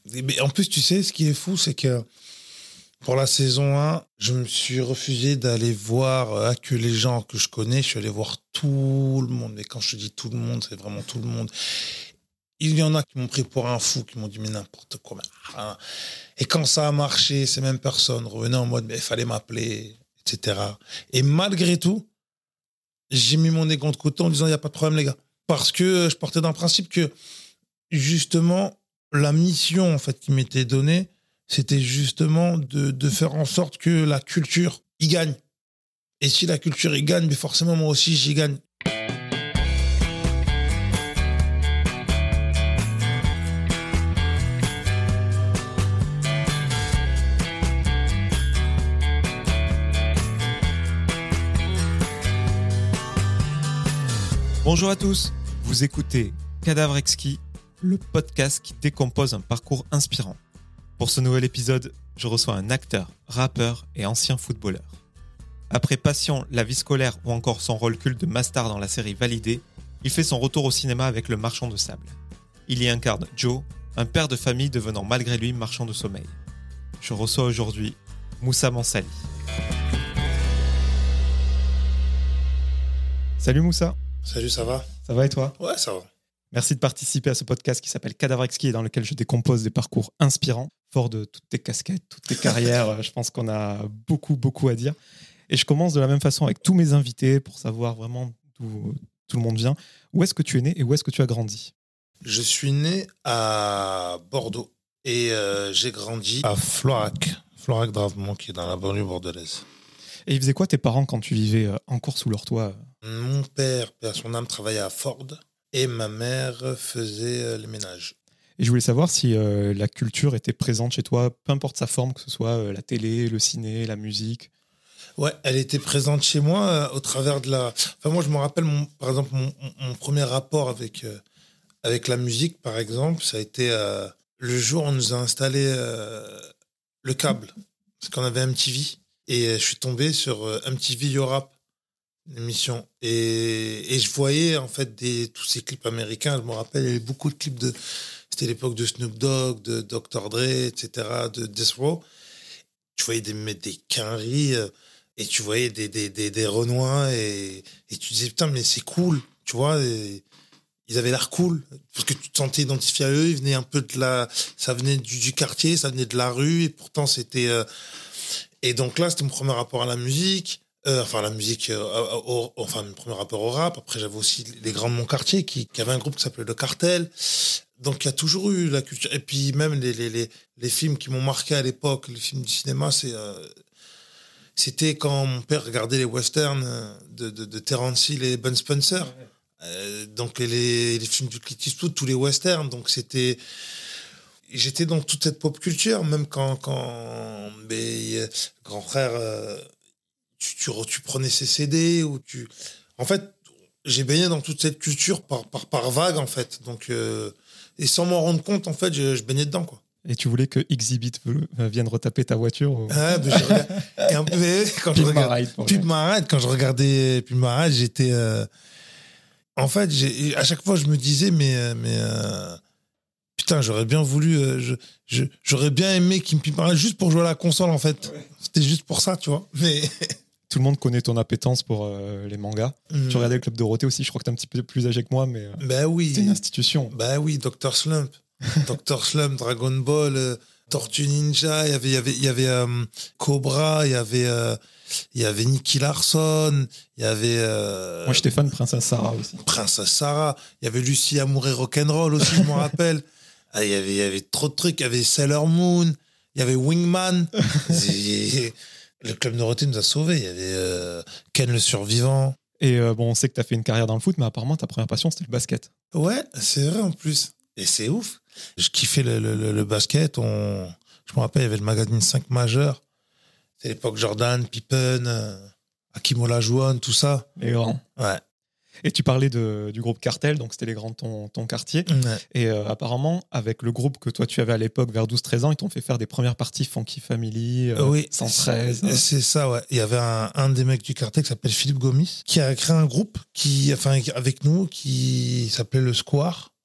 Mais en plus, tu sais, ce qui est fou, c'est que pour la saison 1, je me suis refusé d'aller voir que les gens que je connais. Je suis allé voir tout le monde. Mais quand je te dis tout le monde, c'est vraiment tout le monde. Il y en a qui m'ont pris pour un fou, qui m'ont dit mais n'importe quoi. Et quand ça a marché, ces mêmes personnes revenaient en mode mais il fallait m'appeler, etc. Et malgré tout, j'ai mis mon nez contre côté en disant il n'y a pas de problème les gars. Parce que je partais d'un principe que justement, la mission en fait qui m'était donnée, c'était justement de faire en sorte que la culture y gagne. Et si la culture y gagne, mais forcément moi aussi j'y gagne. Bonjour à tous, vous écoutez Cadavre Exquis, le podcast qui décompose un parcours inspirant. Pour ce nouvel épisode, je reçois un acteur, rappeur et ancien footballeur. Après Passion, la vie scolaire ou encore son rôle culte de Mastar dans la série Validé, il fait son retour au cinéma avec Le Marchand de Sable. Il y incarne Joe, un père de famille devenant malgré lui marchand de sommeil. Je reçois aujourd'hui Moussa Mansali. Salut Moussa. Salut, ça va ? Ça va et toi ? Ouais, ça va. Merci de participer à ce podcast qui s'appelle Cadavre Exquis et dans lequel je décompose des parcours inspirants. Fort de toutes tes casquettes, toutes tes carrières, je pense qu'on a beaucoup à dire. Et je commence de la même façon avec tous mes invités pour savoir vraiment d'où tout le monde vient. Où est-ce que tu es né et où est-ce que tu as grandi ? Je suis né à Bordeaux et j'ai grandi à Florac-Dravemont, qui est dans la banlieue bordelaise. Et ils faisaient quoi tes parents quand tu vivais encore sous leur toit ? Mon père, à son âme, travaillait à Ford et ma mère faisait les ménages. Et je voulais savoir si la culture était présente chez toi, peu importe sa forme, que ce soit la télé, le ciné, la musique. Ouais, elle était présente chez moi au travers de la... Enfin, moi, je me rappelle, par exemple, mon premier rapport avec la musique, par exemple, ça a été le jour où on nous a installé le câble. Parce qu'on avait MTV. Et je suis tombé sur MTV Yo Rap, une émission. Et je voyais, en fait, tous ces clips américains. Je me rappelle, il y avait beaucoup de clips de... C'était l'époque de Snoop Dogg, de Dr. Dre, etc., de Death Row. Tu voyais des quinries et tu voyais des Renois et tu disais, putain, mais c'est cool, tu vois. Ils avaient l'air cool parce que tu te sentais identifié à eux. Ils venaient un peu ça venait du quartier, ça venait de la rue et pourtant c'était... Et donc là, c'était mon premier rapport à la musique. Mon premier rapport au rap. Après, j'avais aussi les grands de mon quartier qui avaient un groupe qui s'appelait Le Cartel. Donc, il y a toujours eu la culture. Et puis, même les films qui m'ont marqué à l'époque, les films du cinéma, c'était quand mon père regardait les westerns de Terence Hill et Ben Spencer. Donc, les films du Clint Eastwood, tous les westerns. Donc, j'étais dans toute cette pop culture, même quand grand frère, tu prenais ses CD en fait, j'ai baigné dans toute cette culture par vague, en fait. Donc, et sans m'en rendre compte, en fait, je baignais dedans, quoi. Et tu voulais que Exhibit vienne retaper ta voiture ou... Et un peu, quand je regardais Pub Ma Ride, quand je regardais Pub Ma Ride, j'étais... En fait, à chaque fois, je me disais, mais putain, j'aurais bien voulu... j'aurais bien aimé qu'il me parle juste pour jouer à la console, en fait. Ouais. C'était juste pour ça, tu vois. Mais... Tout le monde connaît ton appétence pour les mangas. Tu regardais le Club Dorothée aussi, je crois que t'es un petit peu plus âgé que moi, mais oui. c'est une institution. Oui, Dr. Slump. Dr. Slump, Dragon Ball, Tortue Ninja, il y avait Cobra, il y avait Nicky Larson, il y avait... Moi, j'étais fan de Princesse Sarah aussi. Princesse Sarah, il y avait Lucie Amour et Rock'n'Roll aussi, je me rappelle. Il y avait trop de trucs, il y avait Sailor Moon, il y avait Wingman. Le Club Dorothée nous a sauvés. Il y avait Ken le Survivant. Et on sait que tu as fait une carrière dans le foot, mais apparemment, ta première passion, c'était le basket. Ouais, c'est vrai en plus. Et c'est ouf. Je kiffais le basket. Je me rappelle, il y avait le magazine 5 majeurs. C'était l'époque Jordan, Pippen, Hakim Olajuwon, tout ça. Les grands. Ouais. Et tu parlais du groupe Cartel, donc c'était les grands de ton quartier. Ouais. Et apparemment, avec le groupe que toi tu avais à l'époque, vers 12-13 ans, ils t'ont fait faire des premières parties Funky Family, oui, 113. C'est ça, ouais. Il y avait un des mecs du Cartel qui s'appelle Philippe Gomis, qui a créé un groupe avec nous qui s'appelait Le Square.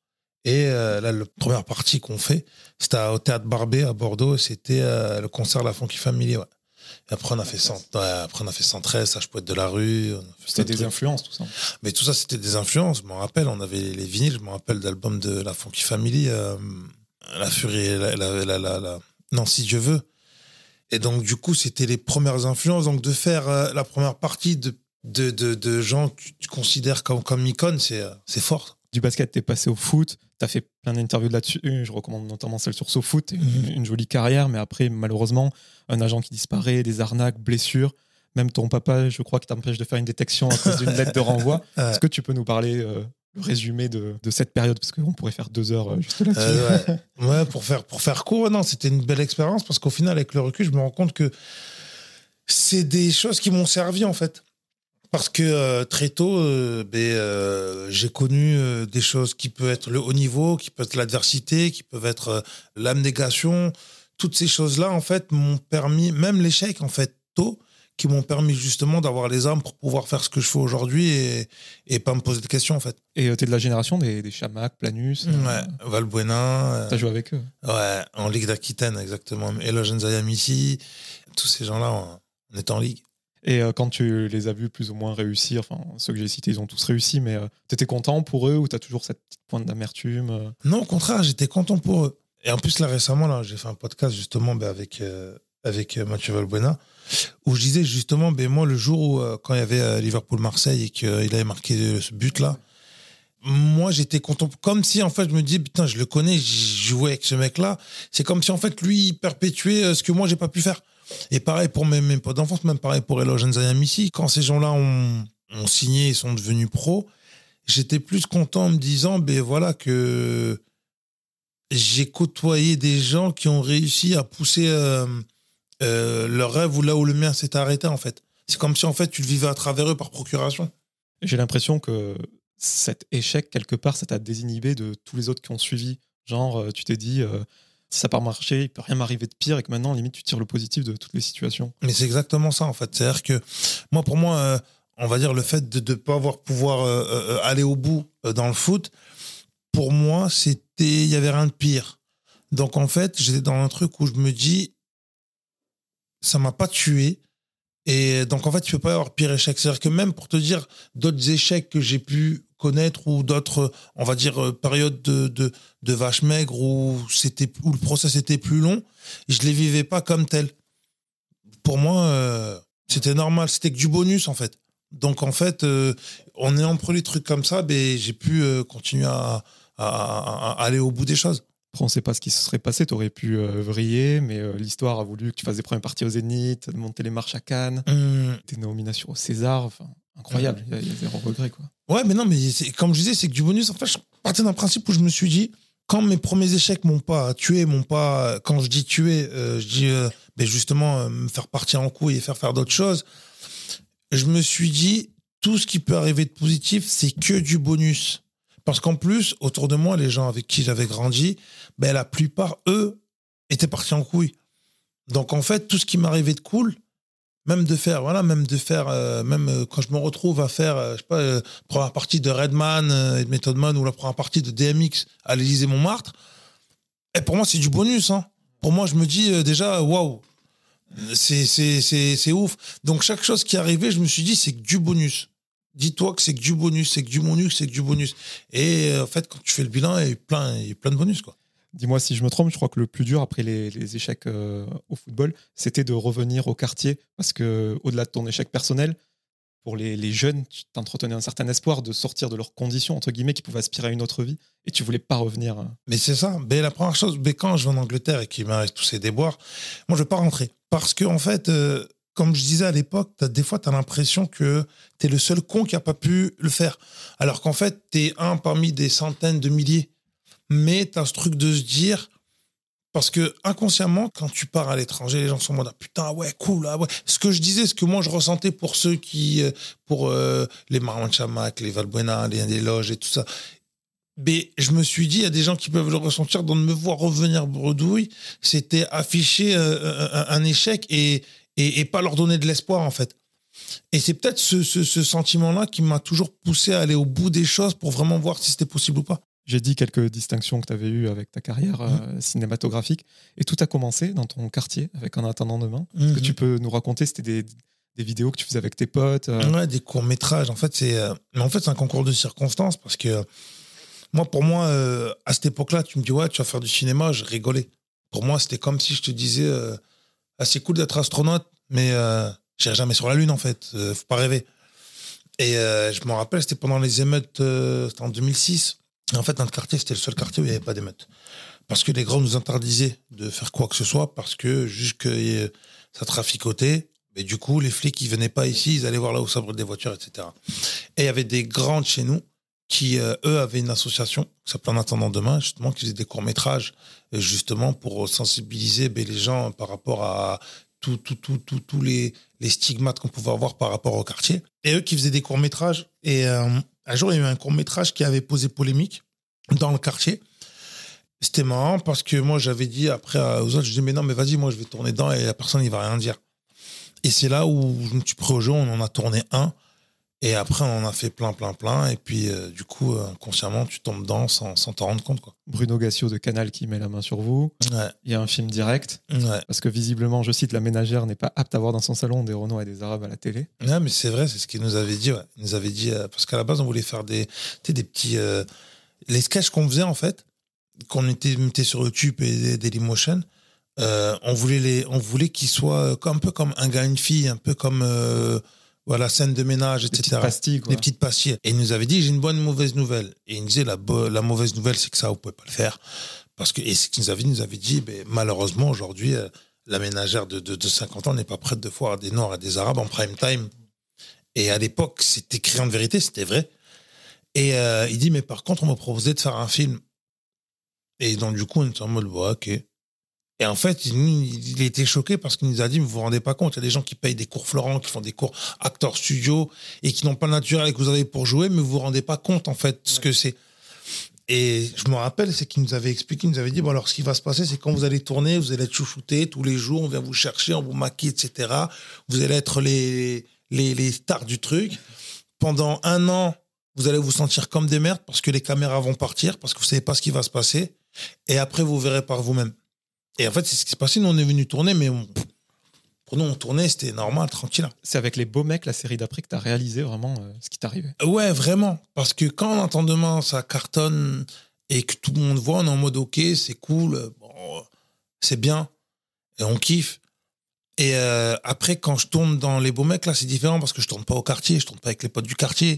Et là, la première partie qu'on fait, c'était au Théâtre Barbet à Bordeaux. C'était le concert de la Funky Family. Ouais. Et après, on a fait 113, Sage Poète de la rue. C'était des influences, tout ça. Mais tout ça, c'était des influences. Je m'en rappelle, on avait les vinyles. Je me rappelle d'albums de la Funky Family, La Furie, non, Si Dieu veut. Et donc, du coup, c'était les premières influences. Donc, de faire la première partie de gens que tu considères comme icônes, c'est fort. Du basket, t'es passé au foot, t'as fait plein d'interviews là-dessus. Je recommande notamment celle sur SoFoot. Une jolie carrière, mais après, malheureusement, un agent qui disparaît, des arnaques, blessures. Même ton papa, je crois, qui t'empêche de faire une détection à cause d'une lettre de renvoi. Est-ce que tu peux nous parler le résumé de cette période? Parce qu'on pourrait faire 2 heures juste là-dessus. Ouais, pour faire court, non, c'était une belle expérience parce qu'au final, avec le recul, je me rends compte que c'est des choses qui m'ont servi, en fait. Parce que très tôt, j'ai connu des choses qui peuvent être le haut niveau, qui peuvent être l'adversité, qui peuvent être l'abnégation. Toutes ces choses-là, en fait, m'ont permis, même l'échec, en fait, tôt, qui m'ont permis justement d'avoir les armes pour pouvoir faire ce que je fais aujourd'hui et pas me poser de questions, en fait. Et t'es de la génération des Chamac, Planus. Ouais, Valbuena. T'as joué avec eux? Ouais, en Ligue d'Aquitaine, exactement. Eloge Nzayam ici. Tous ces gens-là, on était en Ligue. Et quand tu les as vus plus ou moins réussir, enfin ceux que j'ai cités, ils ont tous réussi, mais t'étais content pour eux ou t'as toujours cette petite pointe d'amertume? Non, au contraire, j'étais content pour eux. Et en plus, là, récemment, là, j'ai fait un podcast justement avec Mathieu Valbuena, où je disais justement, moi, le jour où, quand il y avait Liverpool-Marseille et qu'il avait marqué ce but-là, moi, j'étais content. Comme si, en fait, je me dis, putain, je le connais, j'ai joué avec ce mec-là. C'est comme si, en fait, lui, il perpétuait ce que moi, j'ai pas pu faire. Et pareil pour mes potes d'enfance, même pareil pour Eloge Nzayam ici. Quand ces gens-là ont signé et sont devenus pros, j'étais plus content en me disant, voilà, que j'ai côtoyé des gens qui ont réussi à pousser leur rêve ou là où le mien s'est arrêté, en fait. C'est comme si, en fait, tu le vivais à travers eux par procuration. J'ai l'impression que cet échec, quelque part, ça t'a désinhibé de tous les autres qui ont suivi. Genre, tu t'es dit, si ça n'a pas marché, il peut rien m'arriver de pire et que maintenant, limite, tu tires le positif de toutes les situations. Mais c'est exactement ça, en fait. C'est-à-dire que, pour moi, on va dire le fait de ne pas pouvoir aller au bout dans le foot, pour moi, il y avait rien de pire. Donc, en fait, j'étais dans un truc où je me dis, ça m'a pas tué. Et donc, en fait, tu peux pas y avoir pire échec. C'est-à-dire que même pour te dire d'autres échecs que j'ai pu connaître ou d'autres, on va dire, périodes de vache maigre où le process était plus long, je les vivais pas comme tel. Pour moi, c'était normal. C'était que du bonus, en fait. Donc, en fait, en ayant pris les trucs comme ça, j'ai pu continuer à aller au bout des choses. Après, on ne sait pas ce qui se serait passé. Tu aurais pu vriller, mais l'histoire a voulu que tu fasses des premières parties au Zénith, monter les marches à Cannes, tes nominations au César. Enfin, incroyable. Il y a zéro regret, quoi. Ouais, mais non, mais comme je disais, c'est que du bonus. En fait, je partais d'un principe où je me suis dit, quand mes premiers échecs m'ont pas tué, quand je dis tuer, je dis justement me faire partir en couille et faire d'autres choses. Je me suis dit, tout ce qui peut arriver de positif, c'est que du bonus. Parce qu'en plus, autour de moi, les gens avec qui j'avais grandi, la plupart, eux, étaient partis en couille. Donc, en fait, tout ce qui m'arrivait de cool, même quand je me retrouve à faire, la première partie de Redman et de Method Man ou la première partie de DMX à l'Élysée-Montmartre, et pour moi, c'est du bonus. Hein. Pour moi, je me dis déjà, waouh, c'est ouf. Donc, chaque chose qui arrivait, je me suis dit, c'est que du bonus. Dis-toi que c'est que du bonus, c'est que du bonus, c'est que du bonus. Et en fait, quand tu fais le bilan, il y a plein de bonus, quoi. Dis-moi si je me trompe, je crois que le plus dur après les échecs au football, c'était de revenir au quartier. Parce que au-delà de ton échec personnel, pour les jeunes, tu t'entretenais un certain espoir de sortir de leurs conditions, entre guillemets, qui pouvaient aspirer à une autre vie. Et tu voulais pas revenir. Mais c'est ça. La première chose, quand je vais en Angleterre et qu'il m'arrive tous ces déboires, moi, je ne veux pas rentrer. Parce que, en fait, comme je disais à l'époque, des fois, tu as l'impression que tu es le seul con qui n'a pas pu le faire. Alors qu'en fait, tu es un parmi des centaines de milliers. Mais tu as ce truc de se dire, parce que inconsciemment, quand tu pars à l'étranger, les gens sont en mode, putain, ouais, cool, ah ouais. Ce que je disais, ce que moi je ressentais pour ceux qui, pour les Marwan Chamakh, les Valbuena, les Loges et tout ça. Mais je me suis dit, il y a des gens qui peuvent le ressentir, donc de me voir revenir bredouille, c'était afficher un échec et pas leur donner de l'espoir, en fait. Et c'est peut-être ce sentiment-là qui m'a toujours poussé à aller au bout des choses pour vraiment voir si c'était possible ou pas. J'ai dit quelques distinctions que tu avais eues avec ta carrière cinématographique. Et tout a commencé dans ton quartier, avec En attendant demain. Est-ce que tu peux nous raconter, c'était des vidéos que tu faisais avec tes potes Ouais, des courts-métrages. En fait, c'est un concours de circonstances parce que pour moi, à cette époque-là, tu me dis, ouais, tu vas faire du cinéma, je rigolais. Pour moi, c'était comme si je te disais, c'est cool d'être astronaute, mais j'irai jamais sur la Lune, en fait. Faut pas rêver. Et je me rappelle, c'était pendant les émeutes, c'était en 2006. Et en fait, notre quartier, c'était le seul quartier où il n'y avait pas d'émeutes. Parce que les grands nous interdisaient de faire quoi que ce soit, parce que juste que ça traficotait. Et du coup, les flics, ils venaient pas ici, ils allaient voir là où ça brûle des voitures, etc. Et il y avait des grands de chez nous qui, eux, avaient une association qui s'appelait En attendant demain, justement, qui faisait des courts-métrages, justement, pour sensibiliser les gens par rapport à tous les stigmates qu'on pouvait avoir par rapport au quartier. Et eux qui faisaient des courts-métrages. Et un jour, il y a eu un court-métrage qui avait posé polémique dans le quartier. C'était marrant parce que moi, j'avais dit après aux autres, je dis, mais non, mais vas-y, moi, je vais tourner dedans et la personne, il va rien dire. Et c'est là où je me suis pris au jeu, on en a tourné un. Et après, on en a fait plein. Et puis, du coup, inconsciemment, tu tombes dedans sans t'en rendre compte, quoi. Bruno Gassio de Canal qui met la main sur vous. Ouais. Il y a un film direct. Ouais. Parce que visiblement, je cite, la ménagère n'est pas apte à voir dans son salon des Renois et des Arabes à la télé. Ouais, mais c'est vrai, c'est ce qu'il nous avait dit. Ouais. Il nous avait dit, parce qu'à la base, on voulait faire des petits... les sketchs qu'on faisait, en fait, qu'on mettait sur YouTube et Dailymotion, on voulait qu'ils soient un peu comme un gars, une fille, un peu comme... voilà, scène de ménage, etc. Des petites pastilles, quoi. Des petites pastilles. Et il nous avait dit, j'ai une bonne, mauvaise nouvelle. Et il nous disait, la mauvaise nouvelle, c'est que ça, vous pouvez pas le faire. Parce que, et ce qu'il nous avait dit, malheureusement, aujourd'hui, la ménagère de 50 ans n'est pas prête de voir des Noirs et des Arabes en prime time. Et à l'époque, c'était criant de vérité, c'était vrai. Et il dit, mais par contre, on m'a proposé de faire un film. Et donc, du coup, on était en mode, bah, ok. Et en fait, il était choqué parce qu'il nous a dit, mais vous vous rendez pas compte, il y a des gens qui payent des cours Florent, qui font des cours acteurs studio et qui n'ont pas le naturel que vous avez pour jouer, mais vous vous rendez pas compte, en fait, ce que c'est. Et je me rappelle, c'est qu'il nous avait expliqué, il nous avait dit, bon, alors, ce qui va se passer, c'est quand vous allez tourner, vous allez être chouchouté tous les jours, on vient vous chercher, on vous maquille, etc. Vous allez être les stars du truc. Pendant 1 an, vous allez vous sentir comme des merdes parce que les caméras vont partir, parce que vous savez pas ce qui va se passer. Et après, vous verrez par vous-même. Et en fait, c'est ce qui s'est passé. Nous, on est venus tourner, mais pour nous, on tournait, c'était normal, tranquille. C'est avec Les Beaux Mecs, la série d'après, que tu as réalisé vraiment ce qui t'arrivait. Ouais, vraiment. Parce que quand On entend demain, ça cartonne et que tout le monde voit, on est en mode OK, c'est cool, bon, c'est bien. Et on kiffe. Et après, quand je tourne dans Les Beaux Mecs, là, c'est différent parce que je tourne pas au quartier, je tourne pas avec les potes du quartier.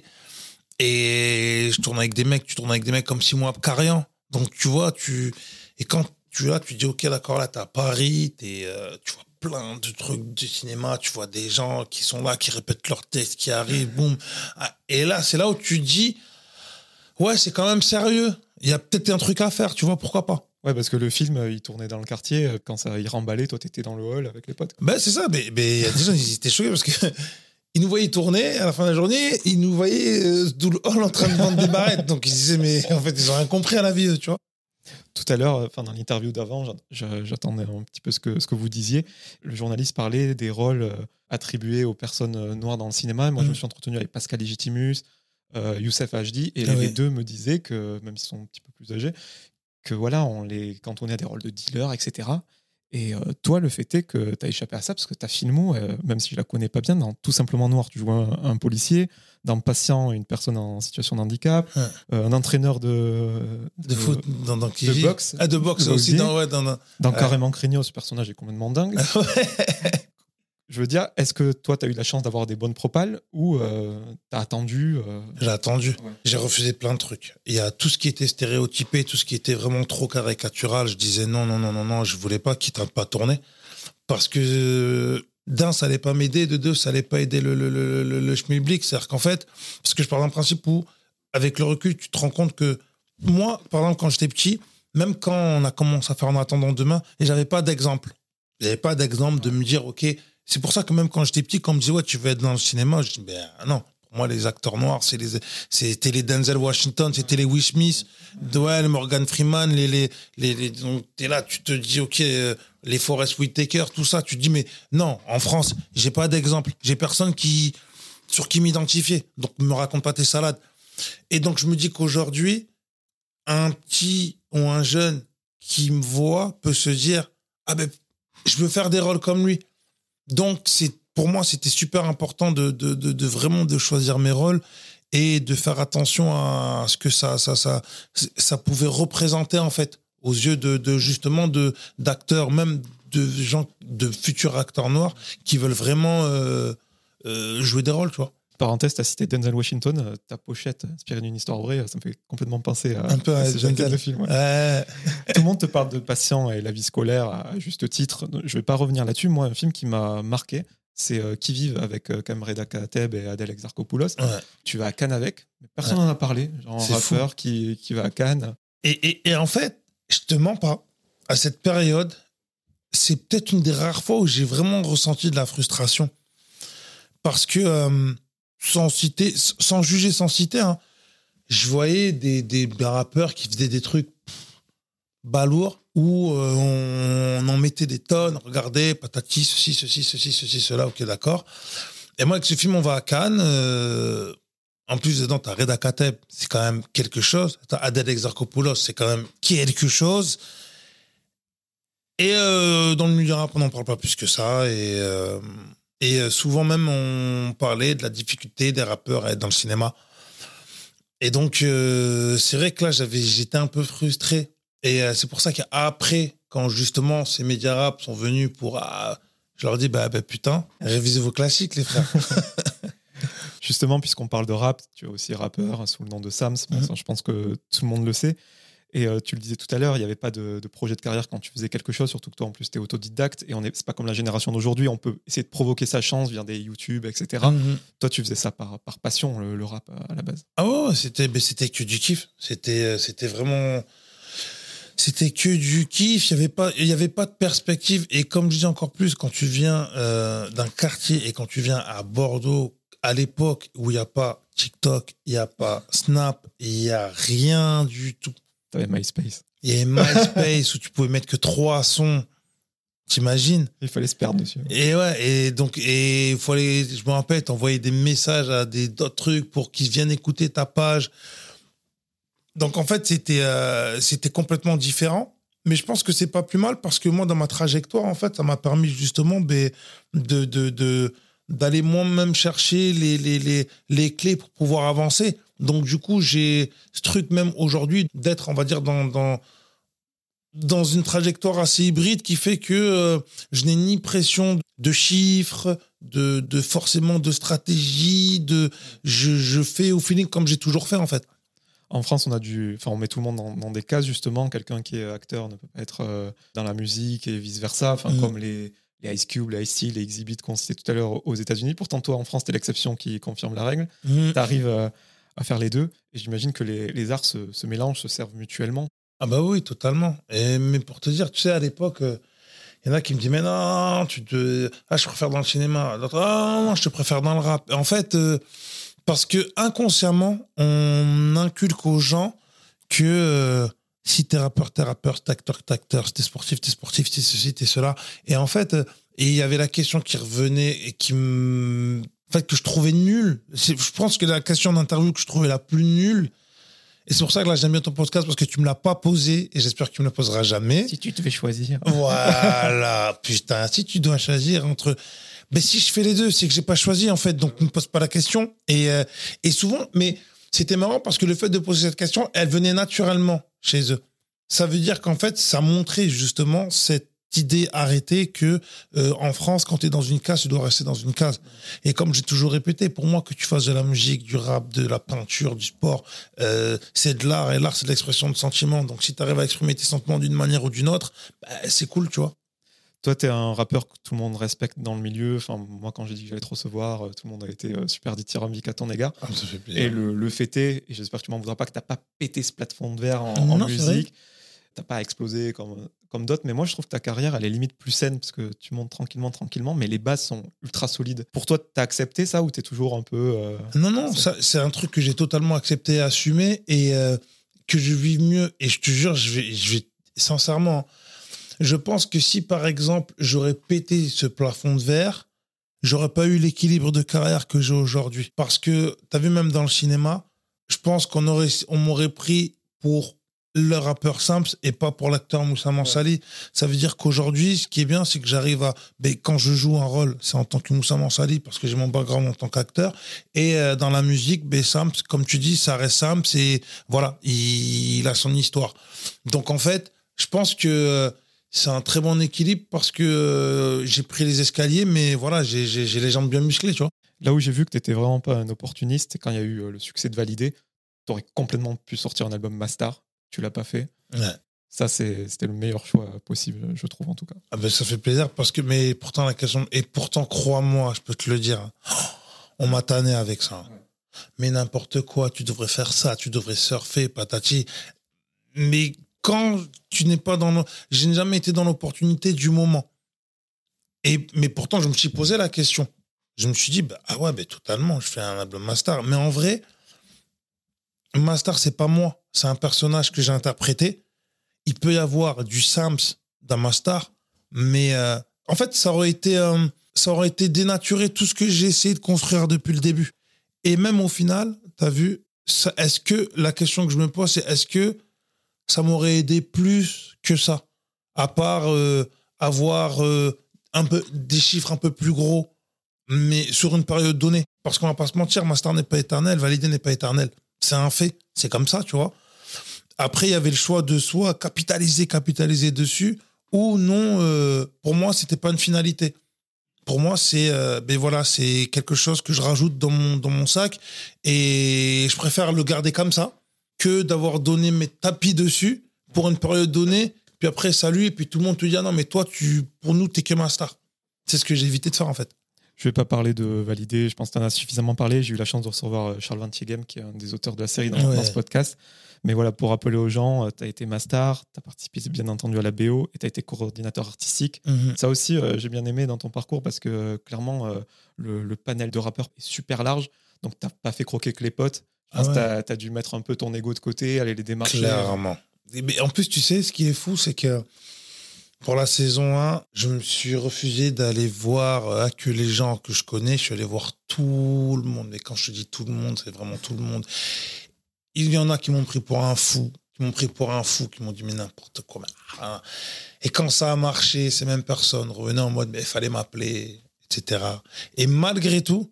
Et je tourne avec des mecs, tu tournes avec des mecs comme Simon Abkarian. Donc, tu vois, et quand tu es là, tu dis, OK, d'accord, là, t'es à Paris, tu vois plein de trucs de cinéma, tu vois des gens qui sont là, qui répètent leurs textes, qui arrivent, boum. Et là, c'est là où tu dis, ouais, c'est quand même sérieux. Il y a peut-être un truc à faire, tu vois, pourquoi pas. Ouais, parce que le film, il tournait dans le quartier. Quand ça y remballait, toi, t'étais dans le hall avec les potes. Ben, c'est ça, mais il y a des gens, ils étaient choqués parce que ils nous voyaient tourner, à la fin de la journée, ils nous voyaient tout le hall en train de vendre des barrettes. Donc ils disaient, mais en fait, ils ont rien compris à la vie, tu vois. Tout à l'heure, dans l'interview d'avant, j'attendais un petit peu ce que vous disiez. Le journaliste parlait des rôles attribués aux personnes noires dans le cinéma. Moi, je me suis entretenu avec Pascal Legitimus, Youssef Hdi, et les deux me disaient que, même s'ils sont un petit peu plus âgés, que voilà, quand on est à des rôles de dealer, etc. Et toi, le fait est que tu as échappé à ça parce que ta filmo, même si je la connais pas bien, dans Tout simplement noir, tu joues un policier, dans Patient, une personne en situation de handicap, un entraîneur de foot, dans de boxe. Ah, de boxe aussi, dans Carrément Craignos, ce personnage est complètement dingue. Je veux dire, est-ce que toi, tu as eu la chance d'avoir des bonnes propales ou tu as attendu J'ai attendu. Ouais. J'ai refusé plein de trucs. Il y a tout ce qui était stéréotypé, tout ce qui était vraiment trop caricatural. Je disais non, je voulais pas, quitte à pas tourner. Parce que d'un, ça allait pas m'aider, de deux, ça allait pas aider le schmilblick. C'est-à-dire qu'en fait, parce que je pars d'un principe où, avec le recul, tu te rends compte que moi, par exemple, quand j'étais petit, même quand on a commencé à faire En attendant demain, et j'avais pas d'exemple. J'avais pas d'exemple de me dire, OK. C'est pour ça que même quand j'étais petit, quand on me disait, ouais, tu veux être dans le cinéma, je dis, ben non. Pour moi, les acteurs noirs, c'était les Denzel Washington, c'était les Will Smith, ouais, les Morgan Freeman, donc t'es là, tu te dis, OK, les Forest Whitaker, tout ça, tu te dis, mais non, en France, j'ai pas d'exemple. J'ai personne sur qui m'identifier. Donc, me raconte pas tes salades. Et donc, je me dis qu'aujourd'hui, un petit ou un jeune qui me voit peut se dire « Ah ben, je veux faire des rôles comme lui ». Donc, pour moi, c'était super important de vraiment de choisir mes rôles et de faire attention à ce que ça pouvait représenter, en fait, aux yeux justement d'acteurs, même de gens, de futurs acteurs noirs qui veulent vraiment jouer des rôles, tu vois. Parenthèse, tu as cité Denzel Washington, ta pochette inspirée d'une histoire vraie, ça me fait complètement penser à un peu à ce jaquette de film. Ouais. Tout le monde te parle de Patient et la vie scolaire à juste titre. Je vais pas revenir là-dessus. Moi, un film qui m'a marqué, c'est Qui vive avec Reda Kateb et Adèle Exarchopoulos. Ouais. Tu vas à Cannes avec, mais personne n'en a parlé. Genre un rappeur qui va à Cannes. Et en fait, je te mens pas, à cette période, c'est peut-être une des rares fois où j'ai vraiment ressenti de la frustration. Parce que, sans juger, sans citer, hein, je voyais des rappeurs qui faisaient des trucs balourds où on en mettait des tonnes, regardez, patati, ceci, cela, ok, d'accord. Et moi, avec ce film, on va à Cannes. En plus, dedans, t'as Reda Kateb, c'est quand même quelque chose. T'as Adèle Exarchopoulos, c'est quand même quelque chose. Et dans le milieu rap, on n'en parle pas plus que ça. Et souvent même, on parlait de la difficulté des rappeurs à être dans le cinéma. Et donc, c'est vrai que là, j'étais un peu frustré. Et c'est pour ça qu'après, quand justement ces médias rap sont venus je leur dis, putain, révisez vos classiques, les frères. Justement, puisqu'on parle de rap, tu es aussi rappeur sous le nom de Sams. Ça, je pense que tout le monde le sait. Et tu le disais tout à l'heure, il n'y avait pas de projet de carrière quand tu faisais quelque chose, surtout que toi, en plus, tu es autodidacte. Et c'est pas comme la génération d'aujourd'hui, on peut essayer de provoquer sa chance via des YouTube, etc. Toi, tu faisais ça par passion, le rap, à la base. Ah ouais, c'était que du kiff. C'était vraiment... C'était que du kiff, il y avait pas de perspective. Et comme je dis encore plus, quand tu viens d'un quartier et quand tu viens à Bordeaux, à l'époque où il n'y a pas TikTok, il n'y a pas Snap, il n'y a rien du tout. T'avais MySpace. Il y avait MySpace où tu pouvais mettre que 3 sons. T'imagines? Il fallait se perdre dessus. Et ouais, je me rappelle, t'envoyais des messages à d'autres trucs pour qu'ils viennent écouter ta page. Donc en fait, c'était complètement différent. Mais je pense que c'est pas plus mal parce que moi, dans ma trajectoire, en fait, ça m'a permis justement d'aller moi-même chercher les clés pour pouvoir avancer. Donc du coup, j'ai ce truc même aujourd'hui d'être, on va dire, dans une trajectoire assez hybride qui fait que je n'ai ni pression de chiffres, de forcément de stratégie, je fais au feeling comme j'ai toujours fait en fait. En France, on met tout le monde dans des cases, justement. Quelqu'un qui est acteur ne peut pas être dans la musique et vice-versa. Comme les Ice Cube, les Ice-T, les Exhibit qu'on citait tout à l'heure aux États-Unis. Pourtant, toi, en France, t'es l'exception qui confirme la règle. Tu arrives à faire les deux. Et j'imagine que les arts se mélangent, se servent mutuellement. Ah bah oui, totalement. Mais pour te dire, tu sais, à l'époque, il y en a qui me disent « Mais non, je préfère dans le cinéma. » D'autres « Ah non, je te préfère dans le rap. » En fait... parce que inconsciemment, on inculque aux gens que si t'es rappeur, t'es acteur, si t'es sportif, t'es ceci, t'es cela. Et en fait, il y avait la question qui revenait et que je trouvais nulle. Je pense que la question d'interview que je trouvais la plus nulle, et c'est pour ça que là, j'aime bien ton podcast parce que tu me l'as pas posé et j'espère que tu me la poseras jamais. Si tu devais choisir. Voilà, putain, si tu dois choisir entre... Mais si je fais les deux, c'est que j'ai pas choisi en fait, donc ne me pose pas la question. Et souvent, mais c'était marrant parce que le fait de poser cette question, elle venait naturellement chez eux. Ça veut dire qu'en fait, ça montrait justement cette idée arrêtée que en France, quand tu es dans une case, tu dois rester dans une case. Et comme j'ai toujours répété, pour moi, que tu fasses de la musique, du rap, de la peinture, du sport, c'est de l'art et l'art, c'est de l'expression de sentiments. Donc si tu arrives à exprimer tes sentiments d'une manière ou d'une autre, c'est cool, tu vois. Toi, t'es un rappeur que tout le monde respecte dans le milieu. Enfin, moi, quand j'ai dit que j'allais te recevoir, tout le monde a été super dithyrambique à ton égard. Ah, ça fait plaisir. Et le fait est, et j'espère que tu m'en voudras pas, que t'as pas pété ce plafond de verre en musique. T'as pas explosé comme d'autres. Mais moi, je trouve que ta carrière, elle est limite plus saine parce que tu montes tranquillement, mais les bases sont ultra solides. Pour toi, t'as accepté ça ou t'es toujours un peu... Non, ça, c'est un truc que j'ai totalement accepté et assumé et que je vis mieux. Et je te jure, je vais sincèrement... Je pense que si, par exemple, j'aurais pété ce plafond de verre, j'aurais pas eu l'équilibre de carrière que j'ai aujourd'hui. Parce que, t'as vu, même dans le cinéma, je pense on m'aurait pris pour le rappeur Samps et pas pour l'acteur Moussa Mansali. Ça veut dire qu'aujourd'hui, ce qui est bien, c'est que j'arrive à... quand je joue un rôle, c'est en tant que Moussa Mansali parce que j'ai mon background en tant qu'acteur. Et dans la musique, Samps, comme tu dis, ça reste Samps et voilà, il a son histoire. Donc en fait, je pense que c'est un très bon équilibre parce que j'ai pris les escaliers, mais voilà, j'ai les jambes bien musclées, tu vois. Là où j'ai vu que tu n'étais vraiment pas un opportuniste, c'est quand il y a eu le succès de Validé. Tu aurais complètement pu sortir un album Mastar. Tu l'as pas fait. Ouais. Ça, c'était le meilleur choix possible, je trouve, en tout cas. Ah ben, ça fait plaisir parce que, mais pourtant, la question, et pourtant, crois-moi, je peux te le dire, on m'a tanné avec ça. Ouais. Mais n'importe quoi, tu devrais faire ça, tu devrais surfer, patati. Mais quand tu n'es pas dans je n'ai jamais été dans l'opportunité du moment. Mais pourtant, je me suis posé la question. Je me suis dit, totalement, je fais un album Mastar. Mais en vrai, Mastar, c'est pas moi. C'est un personnage que j'ai interprété. Il peut y avoir du Samps dans Mastar, mais en fait, ça aurait été dénaturé tout ce que j'ai essayé de construire depuis le début. Et même au final, t'as vu, est-ce que la question que je me pose, c'est est-ce que ça m'aurait aidé plus que ça, à part avoir un peu des chiffres un peu plus gros, mais sur une période donnée. Parce qu'on va pas se mentir, Mastar n'est pas éternel, Validé n'est pas éternel. C'est un fait, c'est comme ça, tu vois. Après, il y avait le choix de soit capitaliser dessus, ou non, pour moi, c'était pas une finalité. Pour moi, c'est c'est quelque chose que je rajoute dans mon sac, et je préfère le garder comme ça, que d'avoir donné mes tapis dessus pour une période donnée, puis après, salut, et puis tout le monde te dit, ah non, mais toi, pour nous, t'es que Mastar. C'est ce que j'ai évité de faire, en fait. Je vais pas parler de Validé, je pense que tu en as suffisamment parlé. J'ai eu la chance de recevoir Charles Van Thieghem, qui est un des auteurs de la série dans ce podcast. Mais voilà, pour rappeler aux gens, tu as été Mastar, tu as participé bien entendu à la BO et tu as été coordinateur artistique. Mm-hmm. Ça aussi, j'ai bien aimé dans ton parcours parce que clairement, le panel de rappeurs est super large. Donc, tu n'as pas fait croquer que les potes. Tu as dû mettre un peu ton ego de côté, aller les démarcher. Clairement. Mais en plus, tu sais, ce qui est fou, c'est que pour la saison 1, je me suis refusé d'aller voir que les gens que je connais. Je suis allé voir tout le monde. Mais quand je te dis tout le monde, c'est vraiment tout le monde. Il y en a qui m'ont pris pour un fou, qui m'ont dit mais n'importe quoi. Et quand ça a marché, ces mêmes personnes revenaient en mode mais il fallait m'appeler, etc. Et malgré tout,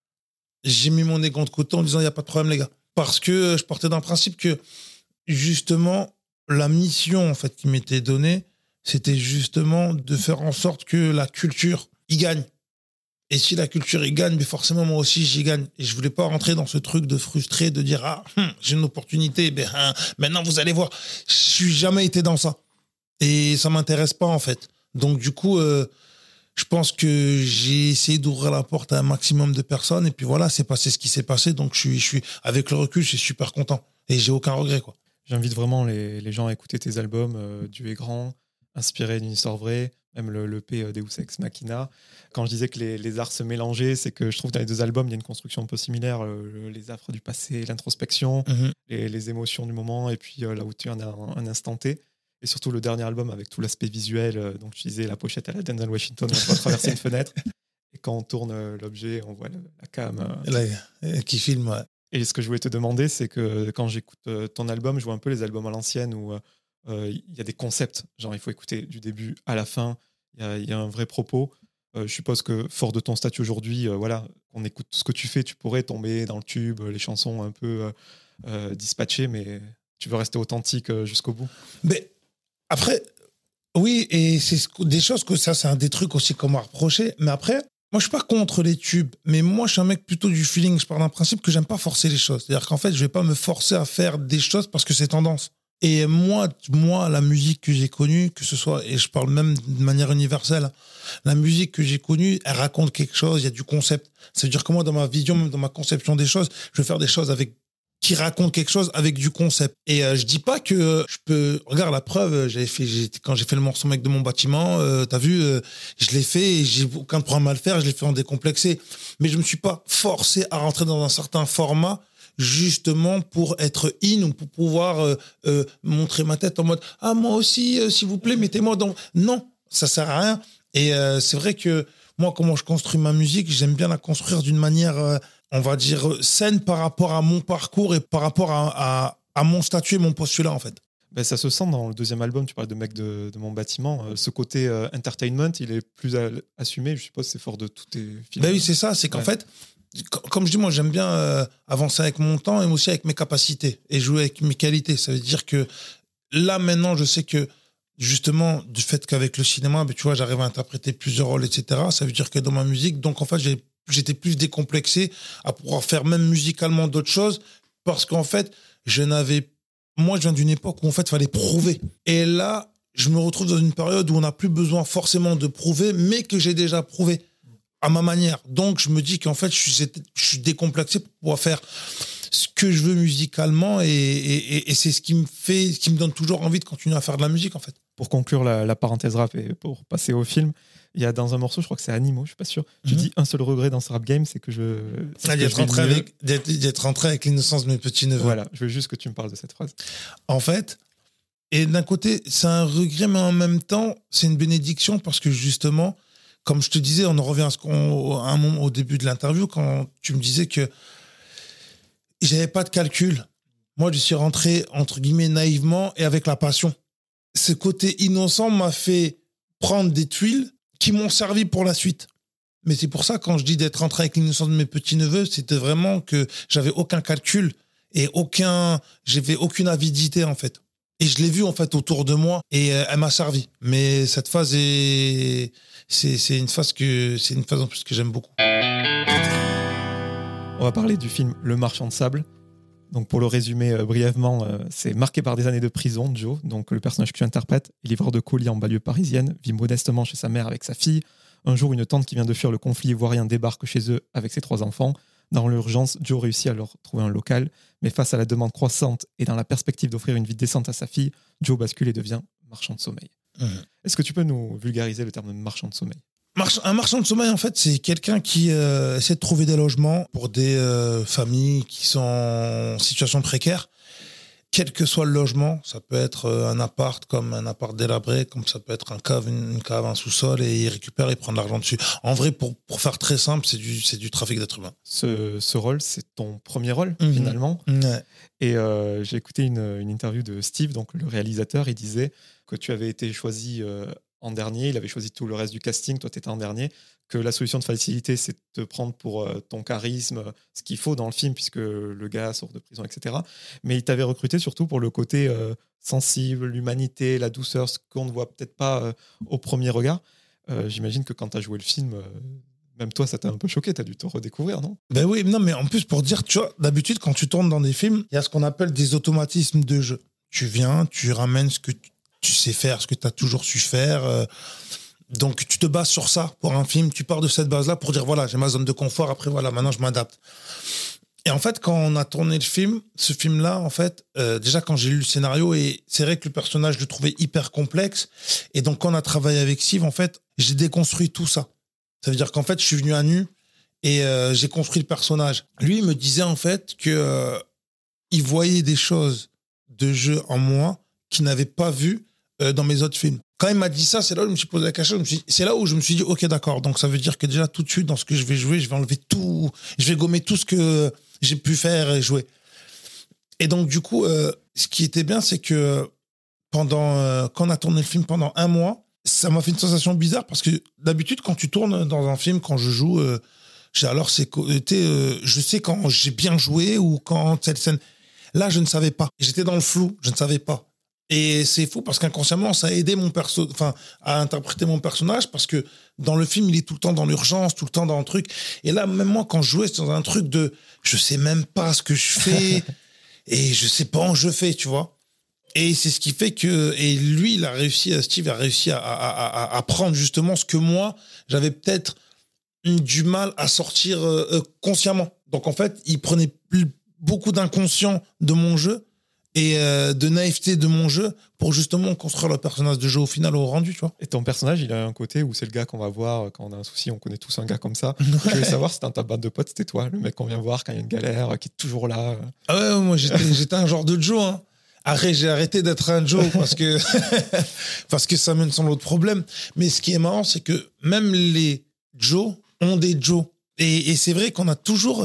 j'ai mis mon ego de côté en disant il n'y a pas de problème les gars. Parce que je partais d'un principe que justement, la mission en fait qui m'était donnée, c'était justement de faire en sorte que la culture y gagne. Et si la culture y gagne, mais forcément moi aussi j'y gagne. Et je voulais pas rentrer dans ce truc de frustré, de dire j'ai une opportunité, maintenant vous allez voir. Je suis jamais été dans ça. Et ça m'intéresse pas en fait. Donc du coup, je pense que j'ai essayé d'ouvrir la porte à un maximum de personnes. Et puis voilà, c'est passé ce qui s'est passé. Donc je suis avec le recul, je suis super content. Et j'ai aucun regret, quoi. J'invite vraiment les gens à écouter tes albums, Dieu est grand, inspiré d'une histoire vraie, même le EP Deus Ex Machina. Quand je disais que les arts se mélangeaient, c'est que je trouve que dans les deux albums, il y a une construction un peu similaire, les affres du passé, l'introspection, les émotions du moment, et puis là où tu en as un instant T. Et surtout le dernier album avec tout l'aspect visuel, donc tu disais la pochette à la Denzel Washington, on va traverser une fenêtre, et quand on tourne l'objet, on voit la cam. Qui filme, ouais. Et ce que je voulais te demander, c'est que quand j'écoute ton album, je vois un peu les albums à l'ancienne où il y a des concepts, genre il faut écouter du début à la fin, il y a un vrai propos. Je suppose que fort de ton statut aujourd'hui, qu'on écoute ce que tu fais, tu pourrais tomber dans le tube, les chansons un peu dispatchées, mais tu veux rester authentique jusqu'au bout. Mais après, oui, et c'est des choses que ça, c'est un des trucs aussi qu'on m'a reproché. Mais après, moi, je suis pas contre les tubes, mais moi, je suis un mec plutôt du feeling. Je pars d'un principe que j'aime pas forcer les choses. C'est-à-dire qu'en fait, je vais pas me forcer à faire des choses parce que c'est tendance. Et moi, la musique que j'ai connue, que ce soit, et je parle même de manière universelle, la musique que j'ai connue, elle raconte quelque chose, il y a du concept. Ça veut dire que moi, dans ma vision, même dans ma conception des choses, je vais faire des choses qui racontent quelque chose avec du concept. Et je dis pas que je peux... Regarde, la preuve, quand j'ai fait le morceau Mec de mon bâtiment, t'as vu, je l'ai fait et j'ai aucun problème à le faire, je l'ai fait en décomplexé. Mais je me suis pas forcé à rentrer dans un certain format justement pour être in ou pour pouvoir montrer ma tête en mode « Ah, moi aussi, s'il vous plaît, mettez-moi dans... » Non, ça sert à rien. Et c'est vrai que moi, comment je construis ma musique, j'aime bien la construire d'une manière, on va dire, saine par rapport à mon parcours et par rapport à mon statut et mon postulat, en fait. Ben, ça se sent dans le deuxième album, tu parles de Mec de mon bâtiment. Ce côté entertainment, il est plus assumé, je suppose, c'est fort de tous tes films. Ben oui, c'est ça, c'est qu'en fait, comme je dis, moi j'aime bien avancer avec mon temps et aussi avec mes capacités et jouer avec mes qualités. Ça veut dire que là, maintenant, je sais que justement, du fait qu'avec le cinéma, ben, tu vois, j'arrive à interpréter plusieurs rôles, etc. Ça veut dire que dans ma musique, donc en fait, j'étais plus décomplexé à pouvoir faire même musicalement d'autres choses parce qu'en fait, moi, je viens d'une époque où en fait, il fallait prouver. Et là, je me retrouve dans une période où on n'a plus besoin forcément de prouver, mais que j'ai déjà prouvé à ma manière. Donc, je me dis qu'en fait, je suis décomplexé pour pouvoir faire ce que je veux musicalement et c'est ce qui me donne toujours envie de continuer à faire de la musique, en fait. Pour conclure la parenthèse rap et pour passer au film, il y a dans un morceau, je crois que c'est Animaux, je suis pas sûr, tu dis un seul regret dans ce rap game, c'est que d'être rentré avec l'innocence de mes petits-neveux. Voilà, je veux juste que tu me parles de cette phrase. En fait, et d'un côté, c'est un regret, mais en même temps, c'est une bénédiction parce que justement, comme je te disais, on en revient à un moment au début de l'interview, quand tu me disais que j'avais pas de calcul. Moi, je suis rentré, entre guillemets, naïvement et avec la passion. Ce côté innocent m'a fait prendre des tuiles qui m'ont servi pour la suite. Mais c'est pour ça, quand je dis d'être rentré avec l'innocence de mes petits-neveux, c'était vraiment que j'avais aucun calcul et j'avais aucune avidité, en fait. Et je l'ai vu, en fait, autour de moi et elle m'a servi. Mais cette phase c'est une phase en plus que j'aime beaucoup. On va parler du film Le Marchand de Sable. Donc pour le résumer brièvement, c'est marqué par des années de prison, Joe, donc le personnage que tu interprètes, est livreur de colis en banlieue parisienne, vit modestement chez sa mère avec sa fille. Un jour, une tante qui vient de fuir le conflit ivoirien débarque chez eux avec ses 3 enfants. Dans l'urgence, Joe réussit à leur trouver un local, mais face à la demande croissante et dans la perspective d'offrir une vie décente à sa fille, Joe bascule et devient marchand de sommeil. Est-ce que tu peux nous vulgariser le terme de marchand de sommeil ? Un marchand de sommeil, en fait, c'est quelqu'un qui essaie de trouver des logements pour des familles qui sont en situation précaire. Quel que soit le logement, ça peut être un appart comme un appart délabré, comme ça peut être une cave, un sous-sol, et il récupère et prend de l'argent dessus. En vrai, pour faire très simple, c'est du trafic d'êtres humains. Ce rôle, c'est ton premier rôle, finalement. Ouais. Et j'ai écouté une interview de Steve, donc le réalisateur, il disait que tu avais été choisi en dernier, il avait choisi tout le reste du casting, toi tu étais en dernier, que la solution de facilité c'est de te prendre pour ton charisme, ce qu'il faut dans le film puisque le gars sort de prison, etc. Mais il t'avait recruté surtout pour le côté sensible, l'humanité, la douceur, ce qu'on ne voit peut-être pas au premier regard. J'imagine que quand tu as joué le film, même toi ça t'a un peu choqué, tu as dû te redécouvrir, non ? Ben oui, non, mais en plus pour dire, tu vois, d'habitude quand tu tournes dans des films, il y a ce qu'on appelle des automatismes de jeu. Tu viens, tu ramènes ce que tu sais faire, ce que tu as toujours su faire. Donc, tu te bases sur ça pour un film. Tu pars de cette base-là pour dire, voilà, j'ai ma zone de confort. Après, voilà, maintenant, je m'adapte. Et en fait, quand on a tourné ce film-là, en fait, déjà, quand j'ai lu le scénario, et c'est vrai que le personnage, je le trouvais hyper complexe. Et donc, quand on a travaillé avec Steve, en fait, j'ai déconstruit tout ça. Ça veut dire qu'en fait, je suis venu à nu et j'ai construit le personnage. Lui, il me disait, en fait, que il voyait des choses de jeu en moi qu'il n'avait pas vues dans mes autres films. Quand il m'a dit ça, c'est là où je me suis posé la question. C'est là où je me suis dit, ok, d'accord. Donc ça veut dire que déjà tout de suite, dans ce que je vais jouer, je vais enlever tout, je vais gommer tout ce que j'ai pu faire et jouer. Et donc du coup, ce qui était bien, c'est que quand on a tourné le film pendant 1 mois, ça m'a fait une sensation bizarre parce que d'habitude, quand tu tournes dans un film, quand je joue, je sais quand j'ai bien joué ou quand cette scène. Là, je ne savais pas. J'étais dans le flou, je ne savais pas. Et c'est fou parce qu'inconsciemment, ça a aidé à interpréter mon personnage parce que dans le film, il est tout le temps dans l'urgence, tout le temps dans un truc. Et là, même moi, quand je jouais, c'est dans un truc de je sais même pas ce que je fais et je sais pas où je fais, tu vois. Et c'est ce qui fait que, et lui, Steve a réussi à prendre justement ce que moi, j'avais peut-être du mal à sortir consciemment. Donc en fait, il prenait beaucoup d'inconscient de mon jeu et de naïveté de mon jeu pour justement construire le personnage de jeu au final au rendu, tu vois. Et ton personnage, il a un côté où c'est le gars qu'on va voir quand on a un souci, on connaît tous un gars comme ça. Je voulais savoir si dans ta bande de potes, c'était toi, le mec qu'on vient voir quand il y a une galère, qui est toujours là. Ah ouais, moi j'étais un genre de Joe, hein. J'ai arrêté d'être un Joe parce que ça mène sans l'autre problème. Mais ce qui est marrant, c'est que même les Joe ont des Joe. Et c'est vrai qu'on a toujours,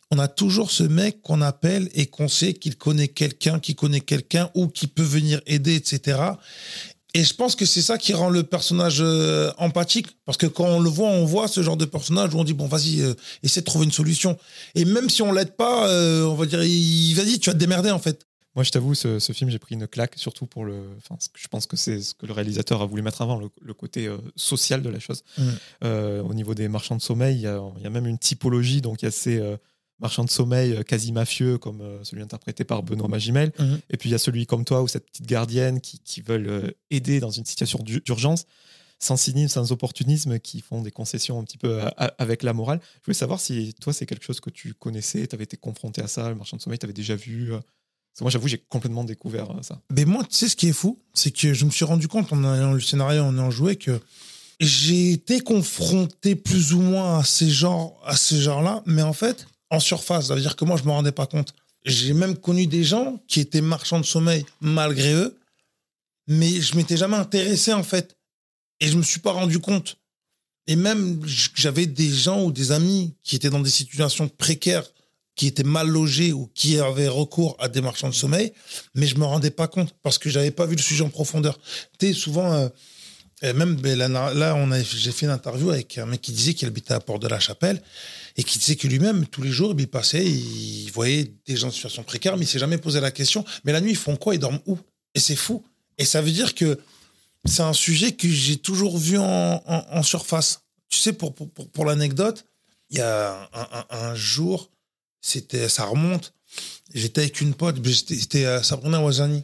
on a toujours ce mec qu'on appelle et qu'on sait qu'il connaît quelqu'un, qui connaît quelqu'un ou qui peut venir aider, etc. Et je pense que c'est ça qui rend le personnage empathique. Parce que quand on le voit, on voit ce genre de personnage où on dit, bon, vas-y, essaie de trouver une solution. Et même si on l'aide pas, on va dire, vas-y, tu vas te démerder, en fait. Moi, je t'avoue, ce film, j'ai pris une claque, surtout pour je pense que c'est ce que le réalisateur a voulu mettre avant, le côté social de la chose. Au niveau des marchands de sommeil, il y a même une typologie. Donc, il y a ces marchands de sommeil quasi mafieux, comme celui interprété par Benoît Magimel. Et puis, il y a celui comme toi, ou cette petite gardienne qui veulent aider dans une situation d'urgence, sans cynisme, sans opportunisme, qui font des concessions un petit peu avec la morale. Je voulais savoir si toi, c'est quelque chose que tu connaissais, tu avais été confronté à ça, le marchand de sommeil, tu avais déjà vu moi, j'avoue, j'ai complètement découvert ça. Mais moi, tu sais, ce qui est fou, c'est que je me suis rendu compte, en ayant le scénario, en ayant joué, que j'ai été confronté plus ou moins à ces genres-là, mais en fait, en surface. Ça veut dire que moi, je me rendais pas compte. J'ai même connu des gens qui étaient marchands de sommeil malgré eux, mais je m'étais jamais intéressé, en fait. Et je me suis pas rendu compte. Et même, j'avais des gens ou des amis qui étaient dans des situations précaires, qui étaient mal logés ou qui avaient recours à des marchands de sommeil, mais je me rendais pas compte parce que j'avais pas vu le sujet en profondeur. Tu sais, souvent, même là, j'ai fait une interview avec un mec qui disait qu'il habitait à Port-de-la-Chapelle et qui disait que lui-même, tous les jours, il passait, il voyait des gens en situation précaire, mais il s'est jamais posé la question. Mais la nuit, ils font quoi? Ils dorment où? Et c'est fou. Et ça veut dire que c'est un sujet que j'ai toujours vu en surface. Tu sais, pour l'anecdote, il y a un jour, ça remonte. J'étais avec une pote, c'était à Sabrina Ouazani.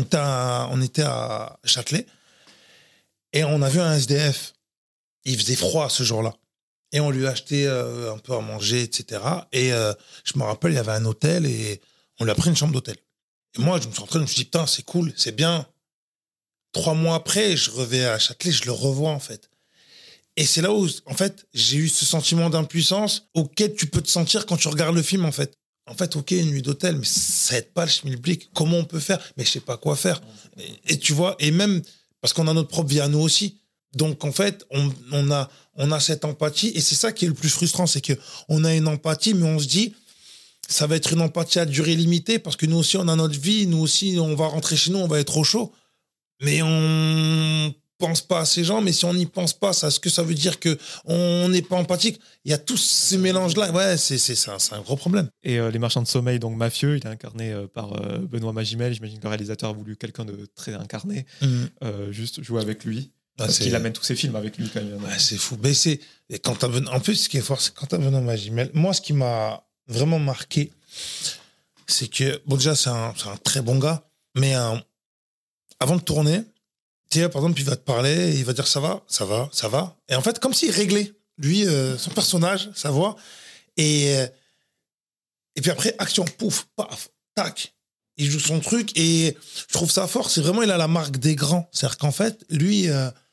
On était à Châtelet et on a vu un SDF. Il faisait froid ce jour-là. Et on lui a acheté un peu à manger, etc. Et je me rappelle, il y avait un hôtel et on lui a pris une chambre d'hôtel. Et moi, je me suis rentré, je me suis dit, putain, c'est cool, c'est bien. 3 mois après, je reviens à Châtelet, je le revois en fait. Et c'est là où, en fait, j'ai eu ce sentiment d'impuissance auquel tu peux te sentir quand tu regardes le film, en fait. En fait, ok, une nuit d'hôtel, mais ça aide pas le schmilblick. Comment on peut faire? Mais je sais pas quoi faire. Et tu vois, et même parce qu'on a notre propre vie à nous aussi. Donc, en fait, on a cette empathie. Et c'est ça qui est le plus frustrant, c'est que on a une empathie, mais on se dit, ça va être une empathie à durée limitée parce que nous aussi, on a notre vie. Nous aussi, on va rentrer chez nous, on va être au chaud. Mais on pense pas à ces gens, mais si on n'y pense pas, est-ce que ça veut dire que on n'est pas empathique? Il y a tous ces mélanges-là. Ouais, c'est un gros problème. Et les marchands de sommeil, donc mafieux, il est incarné par Benoît Magimel. J'imagine que le réalisateur a voulu quelqu'un de très incarné, juste jouer avec lui. Parce qu'il amène tous ses films avec lui quand même. Ouais, c'est fou. Mais en plus, ce qui est fort, c'est quand t'as Benoît Magimel. Moi, ce qui m'a vraiment marqué, c'est que, bon, déjà, c'est un très bon gars, mais avant de tourner, tu sais, par exemple, il va te parler, il va dire ça va, ça va, ça va. Et en fait, comme s'il réglait, lui, son personnage, sa voix. Et puis après, action, pouf, paf, tac. Il joue son truc et je trouve ça fort. C'est vraiment, il a la marque des grands. C'est-à-dire qu'en fait, lui,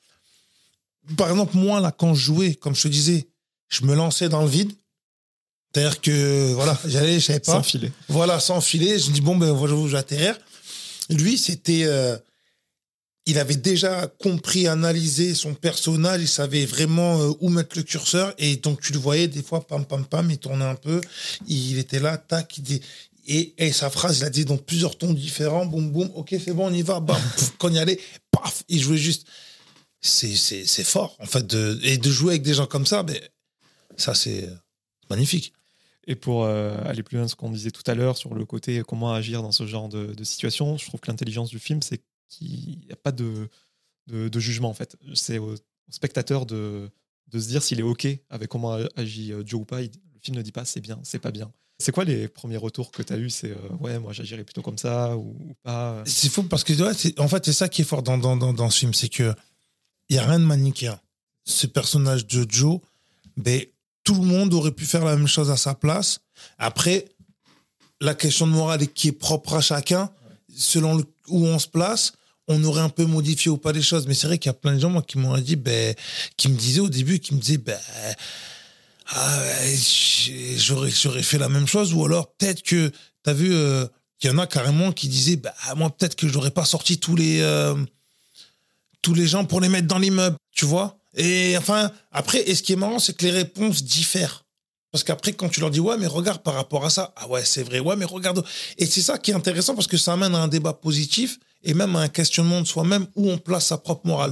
par exemple, moi, là, quand je jouais, comme je te disais, je me lançais dans le vide. C'est-à-dire que, voilà, je savais pas. Sans filet. Voilà, sans filet. Je me dis, bon, ben, je vais atterrir. Lui, c'était... il avait déjà compris, analysé son personnage, il savait vraiment où mettre le curseur, et donc tu le voyais des fois, pam, pam, pam, il tournait un peu, il était là, tac, et sa phrase, il a dit dans plusieurs tons différents, boum, boum, ok, c'est bon, on y va, bam, quand il y allait, paf, il jouait juste. C'est fort, en fait, et de jouer avec des gens comme ça, ben, ça, c'est magnifique. Et pour aller plus loin de ce qu'on disait tout à l'heure sur le côté comment agir dans ce genre de situation, je trouve que l'intelligence du film, c'est qu'il n'y a pas de jugement en fait. C'est au spectateur de se dire s'il est OK avec comment agit Joe ou pas. Le film ne dit pas c'est bien, c'est pas bien. C'est quoi les premiers retours que tu as eus? C'est ouais, moi j'agirais plutôt comme ça ou pas. C'est fou parce que ouais, en fait, c'est ça qui est fort dans ce film, c'est qu'il n'y a rien de manichéen. Ce personnage de Joe, ben, tout le monde aurait pu faire la même chose à sa place. Après, la question de morale est qui est propre à chacun. Selon où on se place, on aurait un peu modifié ou pas les choses. Mais c'est vrai qu'il y a plein de gens moi, qui m'ont dit, qui me disaient au début, qui me disaient, j'aurais fait la même chose. Ou alors, peut-être que, t'as vu, il y en a carrément qui disaient, moi, peut-être que j'aurais pas sorti tous les gens pour les mettre dans l'immeuble, tu vois. Et enfin, après, et ce qui est marrant, c'est que les réponses diffèrent. Parce qu'après, quand tu leur dis, ouais, mais regarde par rapport à ça, ah ouais, c'est vrai, ouais, mais regarde. Et c'est ça qui est intéressant parce que ça amène à un débat positif et même à un questionnement de soi-même où on place sa propre morale.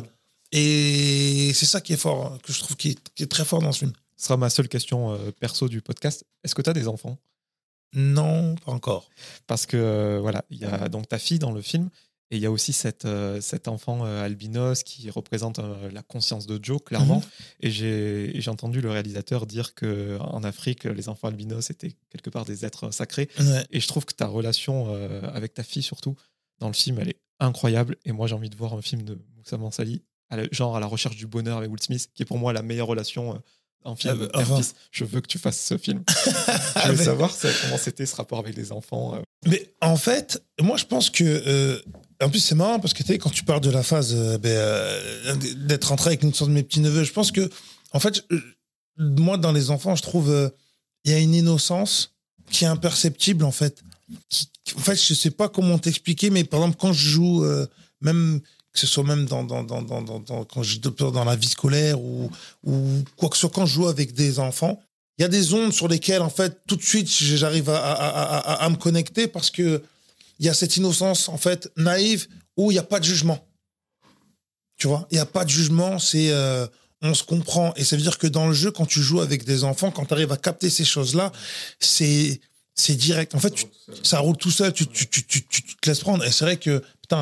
Et c'est ça qui est fort, que je trouve qui est très fort dans ce film. Ce sera ma seule question perso du podcast. Est-ce que tu as des enfants ? Non, pas encore. Parce que voilà, il y a donc ta fille dans le film et il y a aussi cet enfant albinos qui représente la conscience de Joe, clairement. Et j'ai entendu le réalisateur dire qu'en Afrique, les enfants albinos étaient quelque part des êtres sacrés. Ouais. Et je trouve que ta relation avec ta fille, surtout, dans le film, elle est incroyable. Et moi, j'ai envie de voir un film de Moussa Mansali, genre à la recherche du bonheur avec Will Smith, qui est pour moi la meilleure relation en film père-fils. Je veux que tu fasses ce film. Je veux savoir comment c'était ce rapport avec les enfants. Mais en fait, moi, je pense que... en plus, c'est marrant parce que tu sais, quand tu parles de la phase d'être rentré avec une sorte de mes petits-neveux, je pense que, en fait, moi, dans les enfants, je trouve il y a une innocence qui est imperceptible, en fait. En fait, je sais pas comment t'expliquer, mais par exemple, quand je joue, même que ce soit même quand je dans la vie scolaire ou quoi que ce soit, quand je joue avec des enfants, il y a des ondes sur lesquelles, en fait, tout de suite, j'arrive à me connecter parce que il y a cette innocence, en fait, naïve, où il n'y a pas de jugement. Tu vois, il n'y a pas de jugement, c'est... on se comprend. Et ça veut dire que dans le jeu, quand tu joues avec des enfants, quand tu arrives à capter ces choses-là, c'est direct. En fait, ça roule tout seul, tu te laisses prendre. Et c'est vrai que, putain,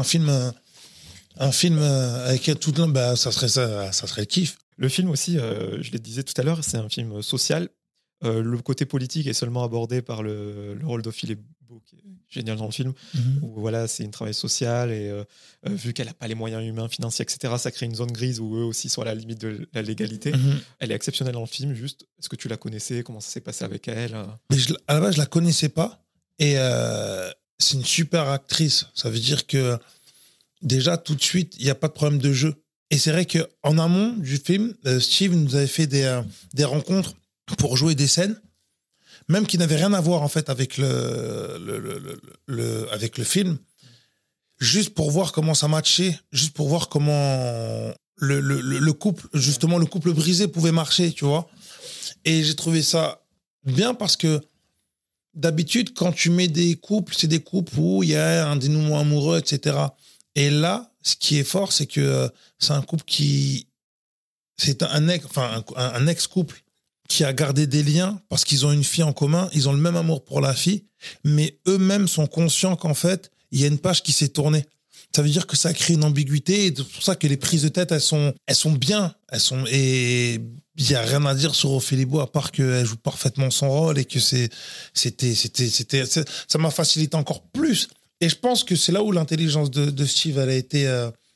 un film avec tout le monde, bah, ça serait le kiff. Le film aussi, je le disais tout à l'heure, c'est un film social. Le côté politique est seulement abordé par le rôle d'Ophélie Beau, qui est génial dans le film, où voilà, c'est une travailleuse sociale et vu qu'elle n'a pas les moyens humains, financiers, etc., ça crée une zone grise où eux aussi sont à la limite de la légalité. Elle est exceptionnelle dans le film, juste. Est-ce que tu la connaissais ? Comment ça s'est passé avec elle ? Mais à la base, je la connaissais pas et c'est une super actrice. Ça veut dire que déjà, tout de suite, il n'y a pas de problème de jeu. Et c'est vrai qu'en amont du film, Steve nous avait fait des rencontres pour jouer des scènes, même qui n'avaient rien à voir en fait avec avec le film, juste pour voir comment ça matchait, juste pour voir comment le couple, justement le couple brisé pouvait marcher, tu vois. Et j'ai trouvé ça bien parce que d'habitude, quand tu mets des couples, c'est des couples où il y a un dénouement amoureux, etc. Et là, ce qui est fort, c'est que c'est un couple c'est un ex-couple qui a gardé des liens parce qu'ils ont une fille en commun, ils ont le même amour pour la fille, mais eux-mêmes sont conscients qu'en fait, il y a une page qui s'est tournée. Ça veut dire que ça crée une ambiguïté et c'est pour ça que les prises de tête, elles sont bien. Et il n'y a rien à dire sur Ophélie Beau à part qu'elle joue parfaitement son rôle et que ça m'a facilité encore plus. Et je pense que c'est là où l'intelligence de Steve, elle a été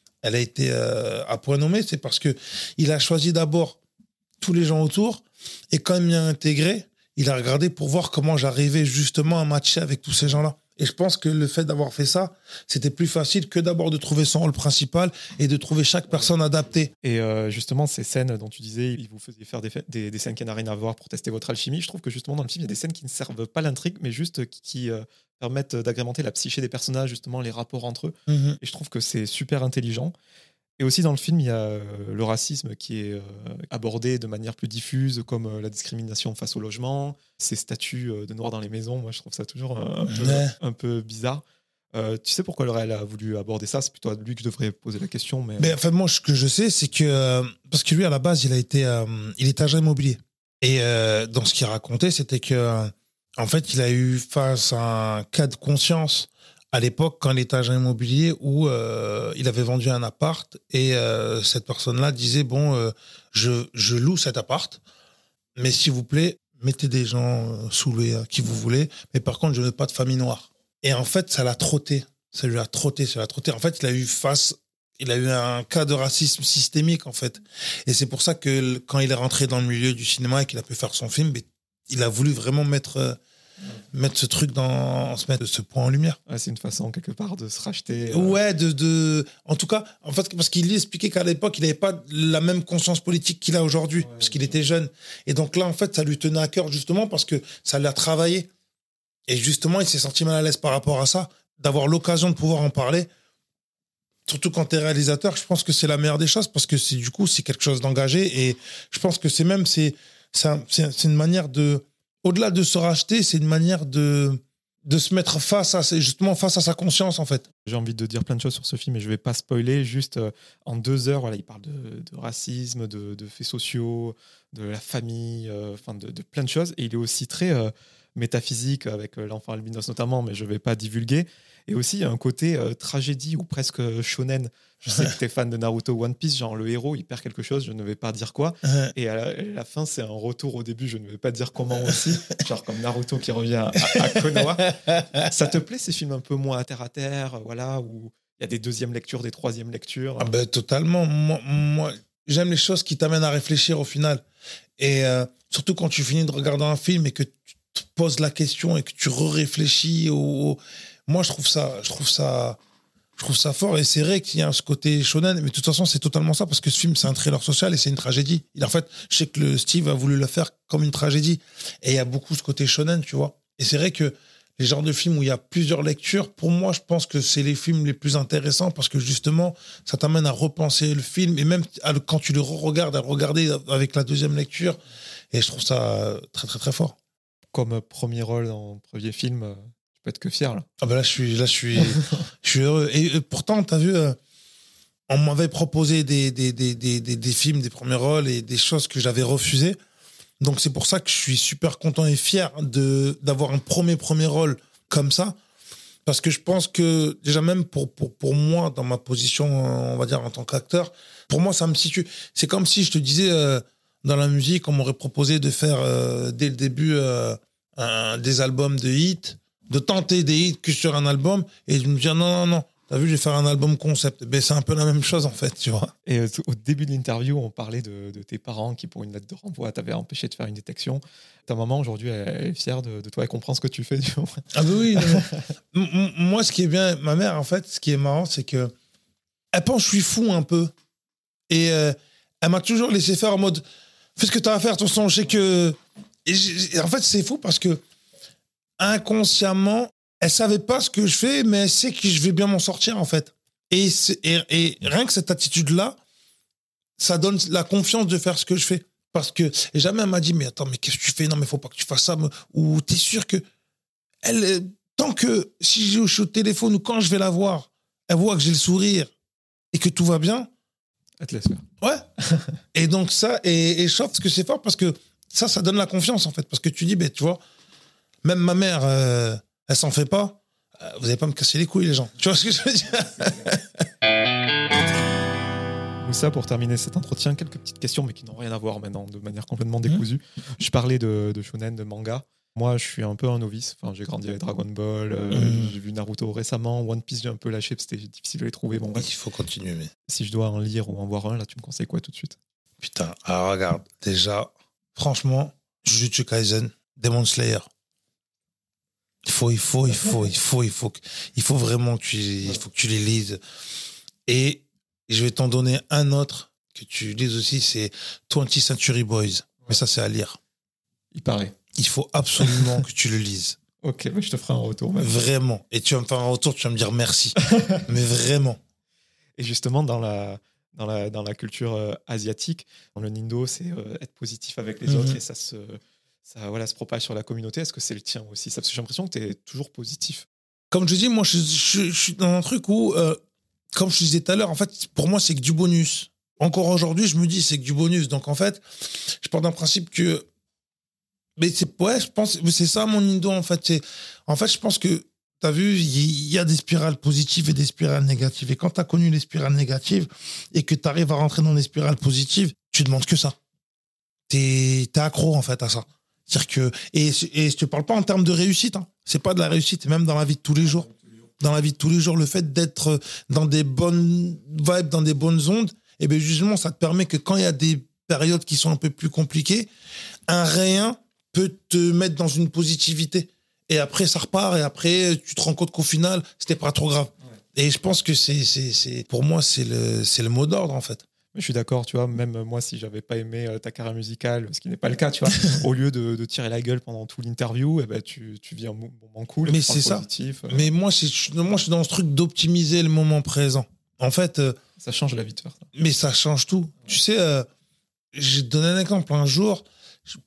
à point nommé, c'est parce que il a choisi d'abord tous les gens autour et quand il m'y a intégré, il a regardé pour voir comment j'arrivais justement à matcher avec tous ces gens-là. Et je pense que le fait d'avoir fait ça, c'était plus facile que d'abord de trouver son rôle principal et de trouver chaque personne adaptée. Et justement, ces scènes dont tu disais, il vous faisait faire des scènes qui n'ont rien à voir pour tester votre alchimie. Je trouve que justement dans le film, il y a des scènes qui ne servent pas l'intrigue, mais juste qui permettent d'agrémenter la psyché des personnages, justement les rapports entre eux. Et je trouve que c'est super intelligent. Et aussi dans le film, il y a le racisme qui est abordé de manière plus diffuse, comme la discrimination face au logement, ces statuts de noirs dans les maisons. Moi, je trouve ça toujours un peu bizarre. Tu sais pourquoi Laurel a voulu aborder ça ? C'est plutôt à lui que je devrais poser la question. Mais enfin, moi, ce que je sais, c'est que... parce que lui, à la base, il était agent immobilier. Et dans ce qu'il racontait, c'était que en fait, il a eu face à un cas de conscience à l'époque, quand il était agent immobilier, où il avait vendu un appart et cette personne-là disait, bon, je loue cet appart, mais s'il vous plaît, mettez des gens sous qui vous voulez, mais par contre, je ne veux pas de famille noire. Et en fait, ça l'a trotté. Ça lui a trotté. En fait, il a eu un cas de racisme systémique, en fait. Et c'est pour ça que quand il est rentré dans le milieu du cinéma et qu'il a pu faire son film, il a voulu vraiment mettre ce truc se mettre ce point en lumière. Ouais, c'est une façon quelque part de se racheter. Ouais, en tout cas, en fait, parce qu'il expliquait qu'à l'époque, il n'avait pas la même conscience politique qu'il a aujourd'hui, parce qu'il était jeune. Et donc là, en fait, ça lui tenait à cœur justement parce que ça l'a travaillé. Et justement, il s'est senti mal à l'aise par rapport à ça, d'avoir l'occasion de pouvoir en parler. Surtout quand t'es réalisateur, je pense que c'est la meilleure des choses parce que c'est quelque chose d'engagé et je pense que c'est une manière de au-delà de se racheter, c'est une manière de se mettre face à sa conscience, en fait. J'ai envie de dire plein de choses sur ce film, mais je ne vais pas spoiler. Juste en 2 heures, voilà, il parle de racisme, de faits sociaux, de la famille, de plein de choses. Et il est aussi très métaphysique avec l'enfant albinos notamment, mais je ne vais pas divulguer. Et aussi, il y a un côté tragédie ou presque shonen. Je sais que tu es fan de Naruto, One Piece, genre le héros, il perd quelque chose, je ne vais pas dire quoi. Et à la fin, c'est un retour au début, je ne vais pas dire comment aussi. Genre comme Naruto qui revient à Konoha. Ça te plaît ces films un peu moins à terre, voilà, où il y a des deuxièmes lectures, des troisièmes lectures? Ah ben, totalement. Moi, j'aime les choses qui t'amènent à réfléchir au final. Et surtout quand tu finis de regarder un film et que tu te poses la question et que tu réfléchis moi, je trouve ça fort. Et c'est vrai qu'il y a ce côté shonen, mais de toute façon, c'est totalement ça, parce que ce film, c'est un thriller social et c'est une tragédie. En fait, je sais que Steve a voulu le faire comme une tragédie. Et il y a beaucoup ce côté shonen, tu vois. Et c'est vrai que les genres de films où il y a plusieurs lectures, pour moi, je pense que c'est les films les plus intéressants, parce que justement, ça t'amène à repenser le film, et même quand tu le regardes, à le regarder avec la deuxième lecture. Et je trouve ça très, très, très fort. Comme premier rôle dans le premier film, tu peux être que fier, là. Ah ben là, je suis heureux. Et pourtant, t'as vu, on m'avait proposé des films, des premiers rôles et des choses que j'avais refusées. Donc c'est pour ça que je suis super content et fier d'avoir un premier rôle comme ça, parce que je pense que déjà, même pour moi, dans ma position, on va dire, en tant qu'acteur, pour moi, ça me situe. C'est comme si je te disais, dans la musique, on m'aurait proposé de faire dès le début des albums de hits, de tenter des hits que sur un album, et de me dire non, t'as vu, je vais faire un album concept. Ben, c'est un peu la même chose, en fait, tu vois. Et au début de l'interview, on parlait de tes parents qui, pour une lettre de renvoi, t'avaient empêché de faire une détection. Ta maman, aujourd'hui, elle est fière de toi, elle comprend ce que tu fais. Du coup. Ah ben oui. Moi, ce qui est bien, ma mère, en fait, ce qui est marrant, c'est que elle pense que je suis fou un peu. Et elle m'a toujours laissé faire en mode, fais ce que t'as à faire, ton son, je sais que... Et en fait, c'est fou parce que inconsciemment, elle savait pas ce que je fais, mais elle sait que je vais bien m'en sortir, en fait. Et rien que cette attitude-là, ça donne la confiance de faire ce que je fais. Parce que, et jamais elle m'a dit, mais attends, mais qu'est-ce que tu fais? Non, mais faut pas que tu fasses ça. Ou t'es sûr que, tant que, si je suis au téléphone ou quand je vais la voir, elle voit que j'ai le sourire et que tout va bien. Elle te laisse faire. Ouais. Et donc ça, et je trouve que c'est fort parce que ça donne la confiance, en fait. Parce que tu dis, ben, tu vois, même ma mère, elle s'en fait pas. Vous n'allez pas me casser les couilles, les gens. Tu vois ce que je veux dire? Moussa, pour terminer cet entretien, quelques petites questions, mais qui n'ont rien à voir maintenant, de manière complètement décousue. Je parlais de shonen, de manga. Moi, je suis un peu un novice. Enfin, j'ai grandi avec Dragon Ball, j'ai vu Naruto récemment. One Piece, j'ai un peu lâché, parce que c'était difficile de les trouver. Bon, Il faut continuer, mais... Si je dois en lire ou en voir un, là, tu me conseilles quoi tout de suite? Putain, alors regarde, déjà, franchement, Jujutsu Kaisen, Demon Slayer. Il faut vraiment que tu les lises. Et je vais t'en donner un autre que tu lises aussi, c'est 20th Century Boys. Mais ça, c'est à lire. Il paraît. Il faut absolument que tu le lises. Ok, bah je te ferai un retour. Même. Vraiment. Et tu vas me faire un retour, tu vas me dire merci. Mais vraiment. Et justement, dans la culture asiatique, dans le Nindo, c'est être positif avec les autres et ça se propage sur la communauté. Est-ce que c'est le tien aussi? Parce que j'ai l'impression que tu es toujours positif. Comme je dis, moi, je suis dans un truc où, comme je disais tout à l'heure, en fait, pour moi, c'est que du bonus. Encore aujourd'hui, je me dis, c'est que du bonus. Donc, en fait, je pars d'un principe que... Mais je pense, c'est ça mon Nindo, en fait. En fait, je pense que, t'as vu, il y a des spirales positives et des spirales négatives. Et quand t'as connu les spirales négatives et que t'arrives à rentrer dans les spirales positives, tu demandes que ça. T'es accro, en fait, à ça. C'est-à-dire que, et je te parle pas en termes de réussite, hein. C'est pas de la réussite, même dans la vie de tous les jours. Dans la vie de tous les jours, le fait d'être dans des bonnes vibes, dans des bonnes ondes, et bien justement, ça te permet que quand il y a des périodes qui sont un peu plus compliquées, un rien peut te mettre dans une positivité. Et après, ça repart, et après, tu te rends compte qu'au final, c'était pas trop grave. Ouais. Et je pense que pour moi, c'est le mot d'ordre, en fait. Je suis d'accord, tu vois, même moi, si j'avais pas aimé ta carrière musicale, ce qui n'est pas le cas, tu vois, au lieu de tirer la gueule pendant tout l'interview, eh ben, tu vis un moment cool. Mais c'est ça. Mais moi, je suis dans ce truc d'optimiser le moment présent. En fait... ça change la vie de faire ça. Mais ça change tout. Ouais. Tu sais, j'ai donné un exemple. Un jour,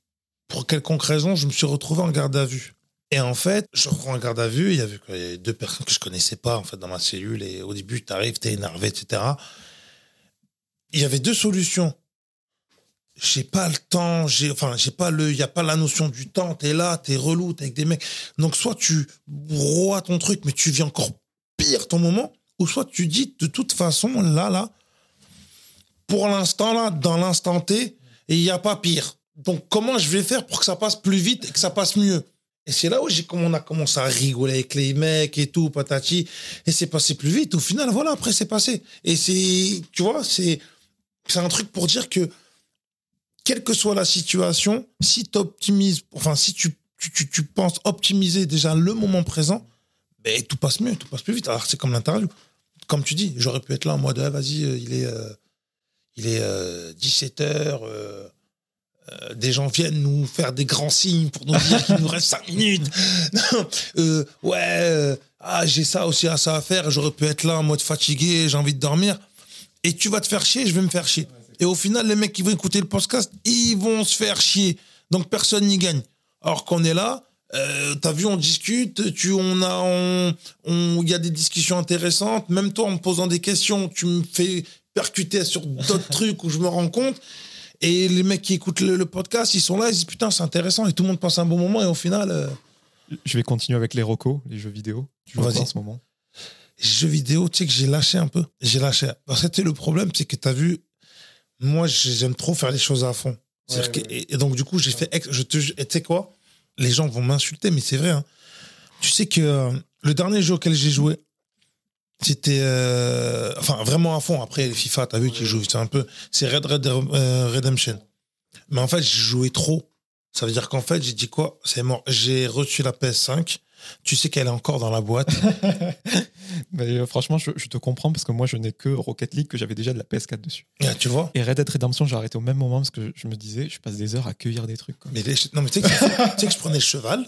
pour quelconque raison, je me suis retrouvé en garde à vue. Et en fait, je reprends en garde à vue, il y avait 2 personnes que je connaissais pas en fait dans ma cellule, et au début, t'arrives, t'es énervé, etc. Il y avait 2 solutions. J'ai pas le temps, il y a pas la notion du temps, t'es là, t'es relou, t'es avec des mecs. Donc soit tu broies ton truc, mais tu vis encore pire ton moment, ou soit tu dis, de toute façon, là, pour l'instant, là, dans l'instant T, il n'y a pas pire. Donc comment je vais faire pour que ça passe plus vite et que ça passe mieux? Et c'est là où on a commencé à rigoler avec les mecs et tout, patati, et c'est passé plus vite. Au final, voilà, après c'est passé. Et tu vois, c'est un truc pour dire que quelle que soit la situation, si si tu penses optimiser déjà le moment présent, ben, tout passe mieux, tout passe plus vite. Alors c'est comme l'interview. Comme tu dis, j'aurais pu être là en mode, vas-y, il est 17h, des gens viennent nous faire des grands signes pour nous dire qu'il nous reste 5 minutes. J'ai ça aussi à ça à faire, j'aurais pu être là en mode fatigué, j'ai envie de dormir. Et tu vas te faire chier, je vais me faire chier. Et au final, les mecs qui vont écouter le podcast, ils vont se faire chier. Donc personne n'y gagne. Alors qu'on est là, t'as vu, on discute, il y a des discussions intéressantes. Même toi, en me posant des questions, tu me fais percuter sur d'autres trucs où je me rends compte. Et les mecs qui écoutent le podcast, ils sont là, ils disent putain, c'est intéressant. Et tout le monde passe un bon moment. Et au final. Je vais continuer avec les recos, les jeux vidéo. Tu joues quoi en ce moment? Les jeux vidéo, tu sais que j'ai lâché un peu. Parce que le problème, c'est que t'as vu, moi, j'aime trop faire les choses à fond. Et donc, du coup, j'ai fait. Tu sais quoi? Les gens vont m'insulter, mais c'est vrai. Hein. Tu sais que le dernier jeu auquel j'ai joué, c'était vraiment à fond. Après, les FIFA, t'as vu, tu joues un peu. C'est Red Redemption. Mais en fait, j'ai joué trop. Ça veut dire qu'en fait, j'ai dit quoi? C'est mort. J'ai reçu la PS5. Tu sais qu'elle est encore dans la boîte. Mais franchement, je te comprends parce que moi, je n'ai que Rocket League, que j'avais déjà de la PS4 dessus. Ah, tu vois? Et Red Dead Redemption, j'ai arrêté au même moment parce que je me disais, je passe des heures à cueillir des trucs. Quoi. Mais tu sais que je prenais le cheval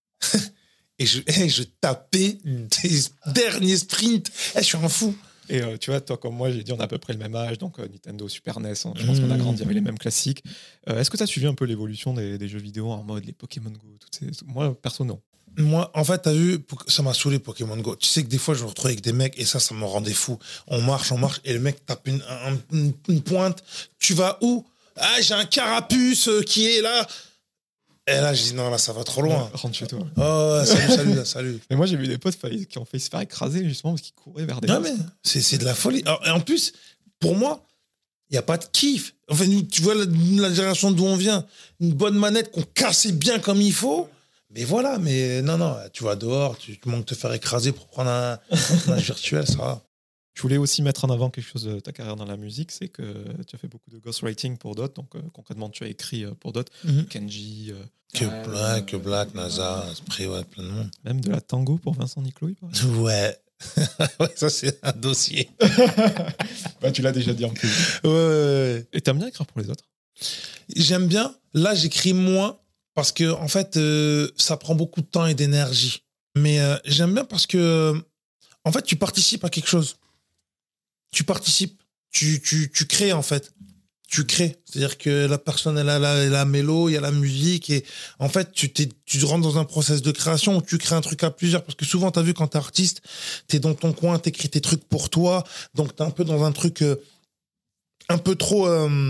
et je tapais des derniers sprints. Je suis un fou. Et tu vois, toi comme moi, j'ai dit, on a à peu près le même âge, donc Nintendo, Super NES, je pense qu'on a grandi avec les mêmes classiques. Est-ce que tu as suivi un peu l'évolution des jeux vidéo en mode les Pokémon Go, Moi, perso, non. Moi, en fait, t'as vu, ça m'a saoulé Pokémon Go. Tu sais que des fois, je me retrouve avec des mecs et ça me rendait fou. On marche, et le mec tape une pointe. Tu vas où? Ah, j'ai un carapuce qui est là. Et là, je dis non, là, ça va trop loin. Rentre chez toi. Oh, salut. Mais moi, j'ai vu des potes qui ont fait se faire écraser justement parce qu'ils couraient vers des non, mais c'est de la folie. Alors, et en plus, pour moi, il n'y a pas de kiff. Enfin, tu vois la génération d'où on vient. Une bonne manette qu'on cassait bien comme il faut. Mais voilà, mais non, tu vas dehors, tu manques de te faire écraser pour prendre un virtuel, ça va. Je voulais aussi mettre en avant quelque chose de ta carrière dans la musique, c'est que tu as fait beaucoup de ghostwriting pour d'autres, donc concrètement tu as écrit pour d'autres, Kenji, que Black, NASA, Spray, ouais, plein de monde. Même de la tango pour Vincent Niclot, ouais. Ça c'est un dossier. Bah, tu l'as déjà dit en plus. Ouais. Et t'aimes bien écrire pour les autres? J'aime bien. Là j'écris moins parce que en fait ça prend beaucoup de temps et d'énergie. Mais j'aime bien parce que en fait tu participes à quelque chose. Tu participes, tu crées en fait. Tu crées. C'est-à-dire que la personne, elle a la mélo, il y a la musique. Et en fait, tu rentres dans un process de création où tu crées un truc à plusieurs. Parce que souvent, tu as vu, quand tu es artiste, tu es dans ton coin, tu écris tes trucs pour toi. Donc, tu es un peu dans un truc un peu trop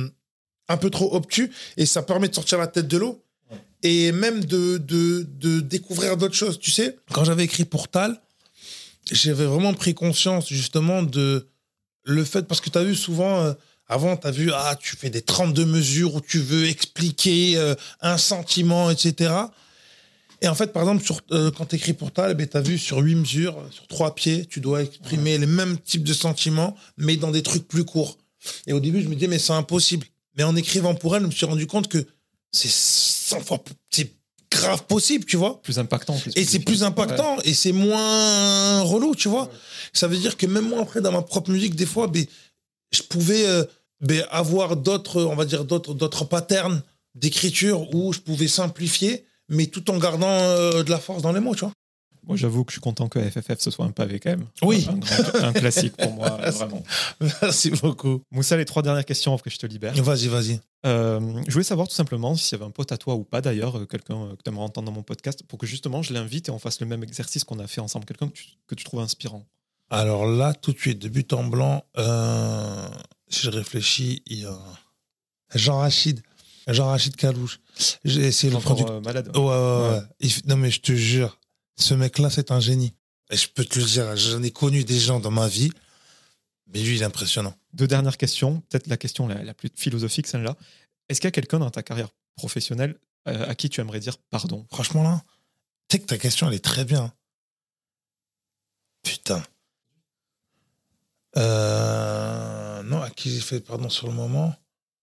obtus. Et ça permet de sortir la tête de l'eau. Et même de découvrir d'autres choses. Tu sais, quand j'avais écrit pour Tal, j'avais vraiment pris conscience justement de le fait, parce que tu as vu souvent, avant, tu as vu, tu fais des 32 mesures où tu veux expliquer un sentiment, etc. Et en fait, par exemple, quand tu écris pour Tal, tu as vu sur 8 mesures, sur 3 pieds, tu dois exprimer les mêmes types de sentiments, mais dans des trucs plus courts. Et au début, je me disais, mais c'est impossible. Mais en écrivant pour elle, je me suis rendu compte que c'est 100 fois c'est grave possible, tu vois. Plus impactant. Et c'est plus impactant, et c'est moins relou, tu vois. Ouais. Ça veut dire que même moi, après, dans ma propre musique, des fois, je pouvais avoir d'autres patterns d'écriture où je pouvais simplifier, mais tout en gardant de la force dans les mots, tu vois. Moi, j'avoue que je suis content que FFF ce soit un pavé quand même. Oui. Un classique pour moi, vraiment. Merci beaucoup. Moussa, les 3 dernières questions avant que je te libère. Vas-y. Je voulais savoir tout simplement s'il y avait un pote à toi ou pas d'ailleurs, quelqu'un que tu aimerais entendre dans mon podcast, pour que justement je l'invite et on fasse le même exercice qu'on a fait ensemble, quelqu'un que tu trouves inspirant. Alors là, tout de suite, de but en blanc, si je réfléchis, il y a Jean-Rachid Kalouche. C'est le producteur. Malade. Ouais. Non, mais je te jure, ce mec-là, c'est un génie. Et je peux te le dire, j'en ai connu des gens dans ma vie, mais lui, il est impressionnant. 2 dernières questions, peut-être la question la plus philosophique, celle-là. Est-ce qu'il y a quelqu'un dans ta carrière professionnelle à qui tu aimerais dire pardon ? Franchement, là, tu sais que ta question, elle est très bien. Putain. Non, à qui j'ai fait pardon sur le moment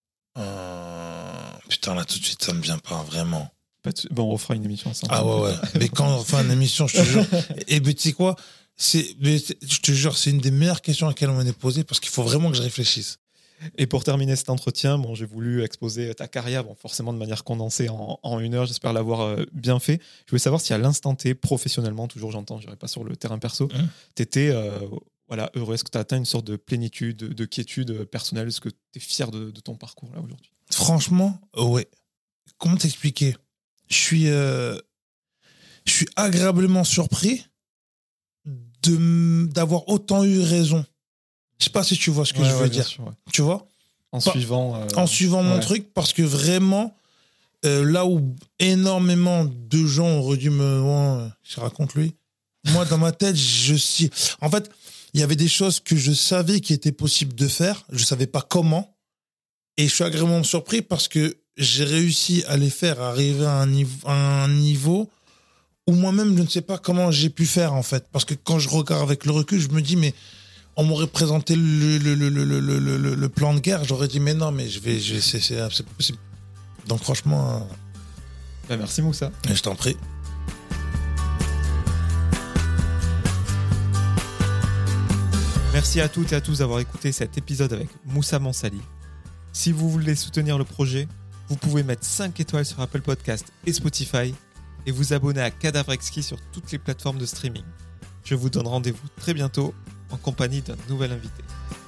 Putain, là, tout de suite, ça me vient pas, vraiment. Bon, on refera une émission ensemble. Ah ouais. Mais quand on fera une émission, je te jure. Et ben, tu sais quoi je te jure, c'est une des meilleures questions à laquelle on m'est posée parce qu'il faut vraiment que je réfléchisse. Et pour terminer cet entretien, j'ai voulu exposer ta carrière, forcément de manière condensée en 1 heure. J'espère l'avoir bien fait. Je voulais savoir si à l'instant T, professionnellement, toujours j'entends, je n'irai pas sur le terrain perso, tu étais heureux. Est-ce que tu as atteint une sorte de plénitude, de quiétude personnelle ? Est-ce que tu es fier de ton parcours là aujourd'hui ? Franchement, ouais. Comment t'expliquer ? Je suis agréablement surpris d'avoir autant eu raison. Je sais pas si tu vois ce que je veux dire. Sûr, ouais. Tu vois ? En suivant mon truc, parce que vraiment, là où énormément de gens auraient dû je raconte lui. Moi, dans ma tête, en fait, il y avait des choses que je savais qu'il était possible de faire. Je savais pas comment. Et je suis agréablement surpris parce que j'ai réussi à les faire arriver à un niveau où moi-même, je ne sais pas comment j'ai pu faire, en fait. Parce que quand je regarde avec le recul, je me dis, mais on m'aurait présenté le plan de guerre, j'aurais dit, mais non, mais c'est pas possible. Donc, franchement. Merci, Moussa. Je t'en prie. Merci à toutes et à tous d'avoir écouté cet épisode avec Moussa Mansali. Si vous voulez soutenir le projet, vous pouvez mettre 5 étoiles sur Apple Podcast et Spotify et vous abonner à Cadavre Exquis sur toutes les plateformes de streaming. Je vous donne rendez-vous très bientôt en compagnie d'un nouvel invité.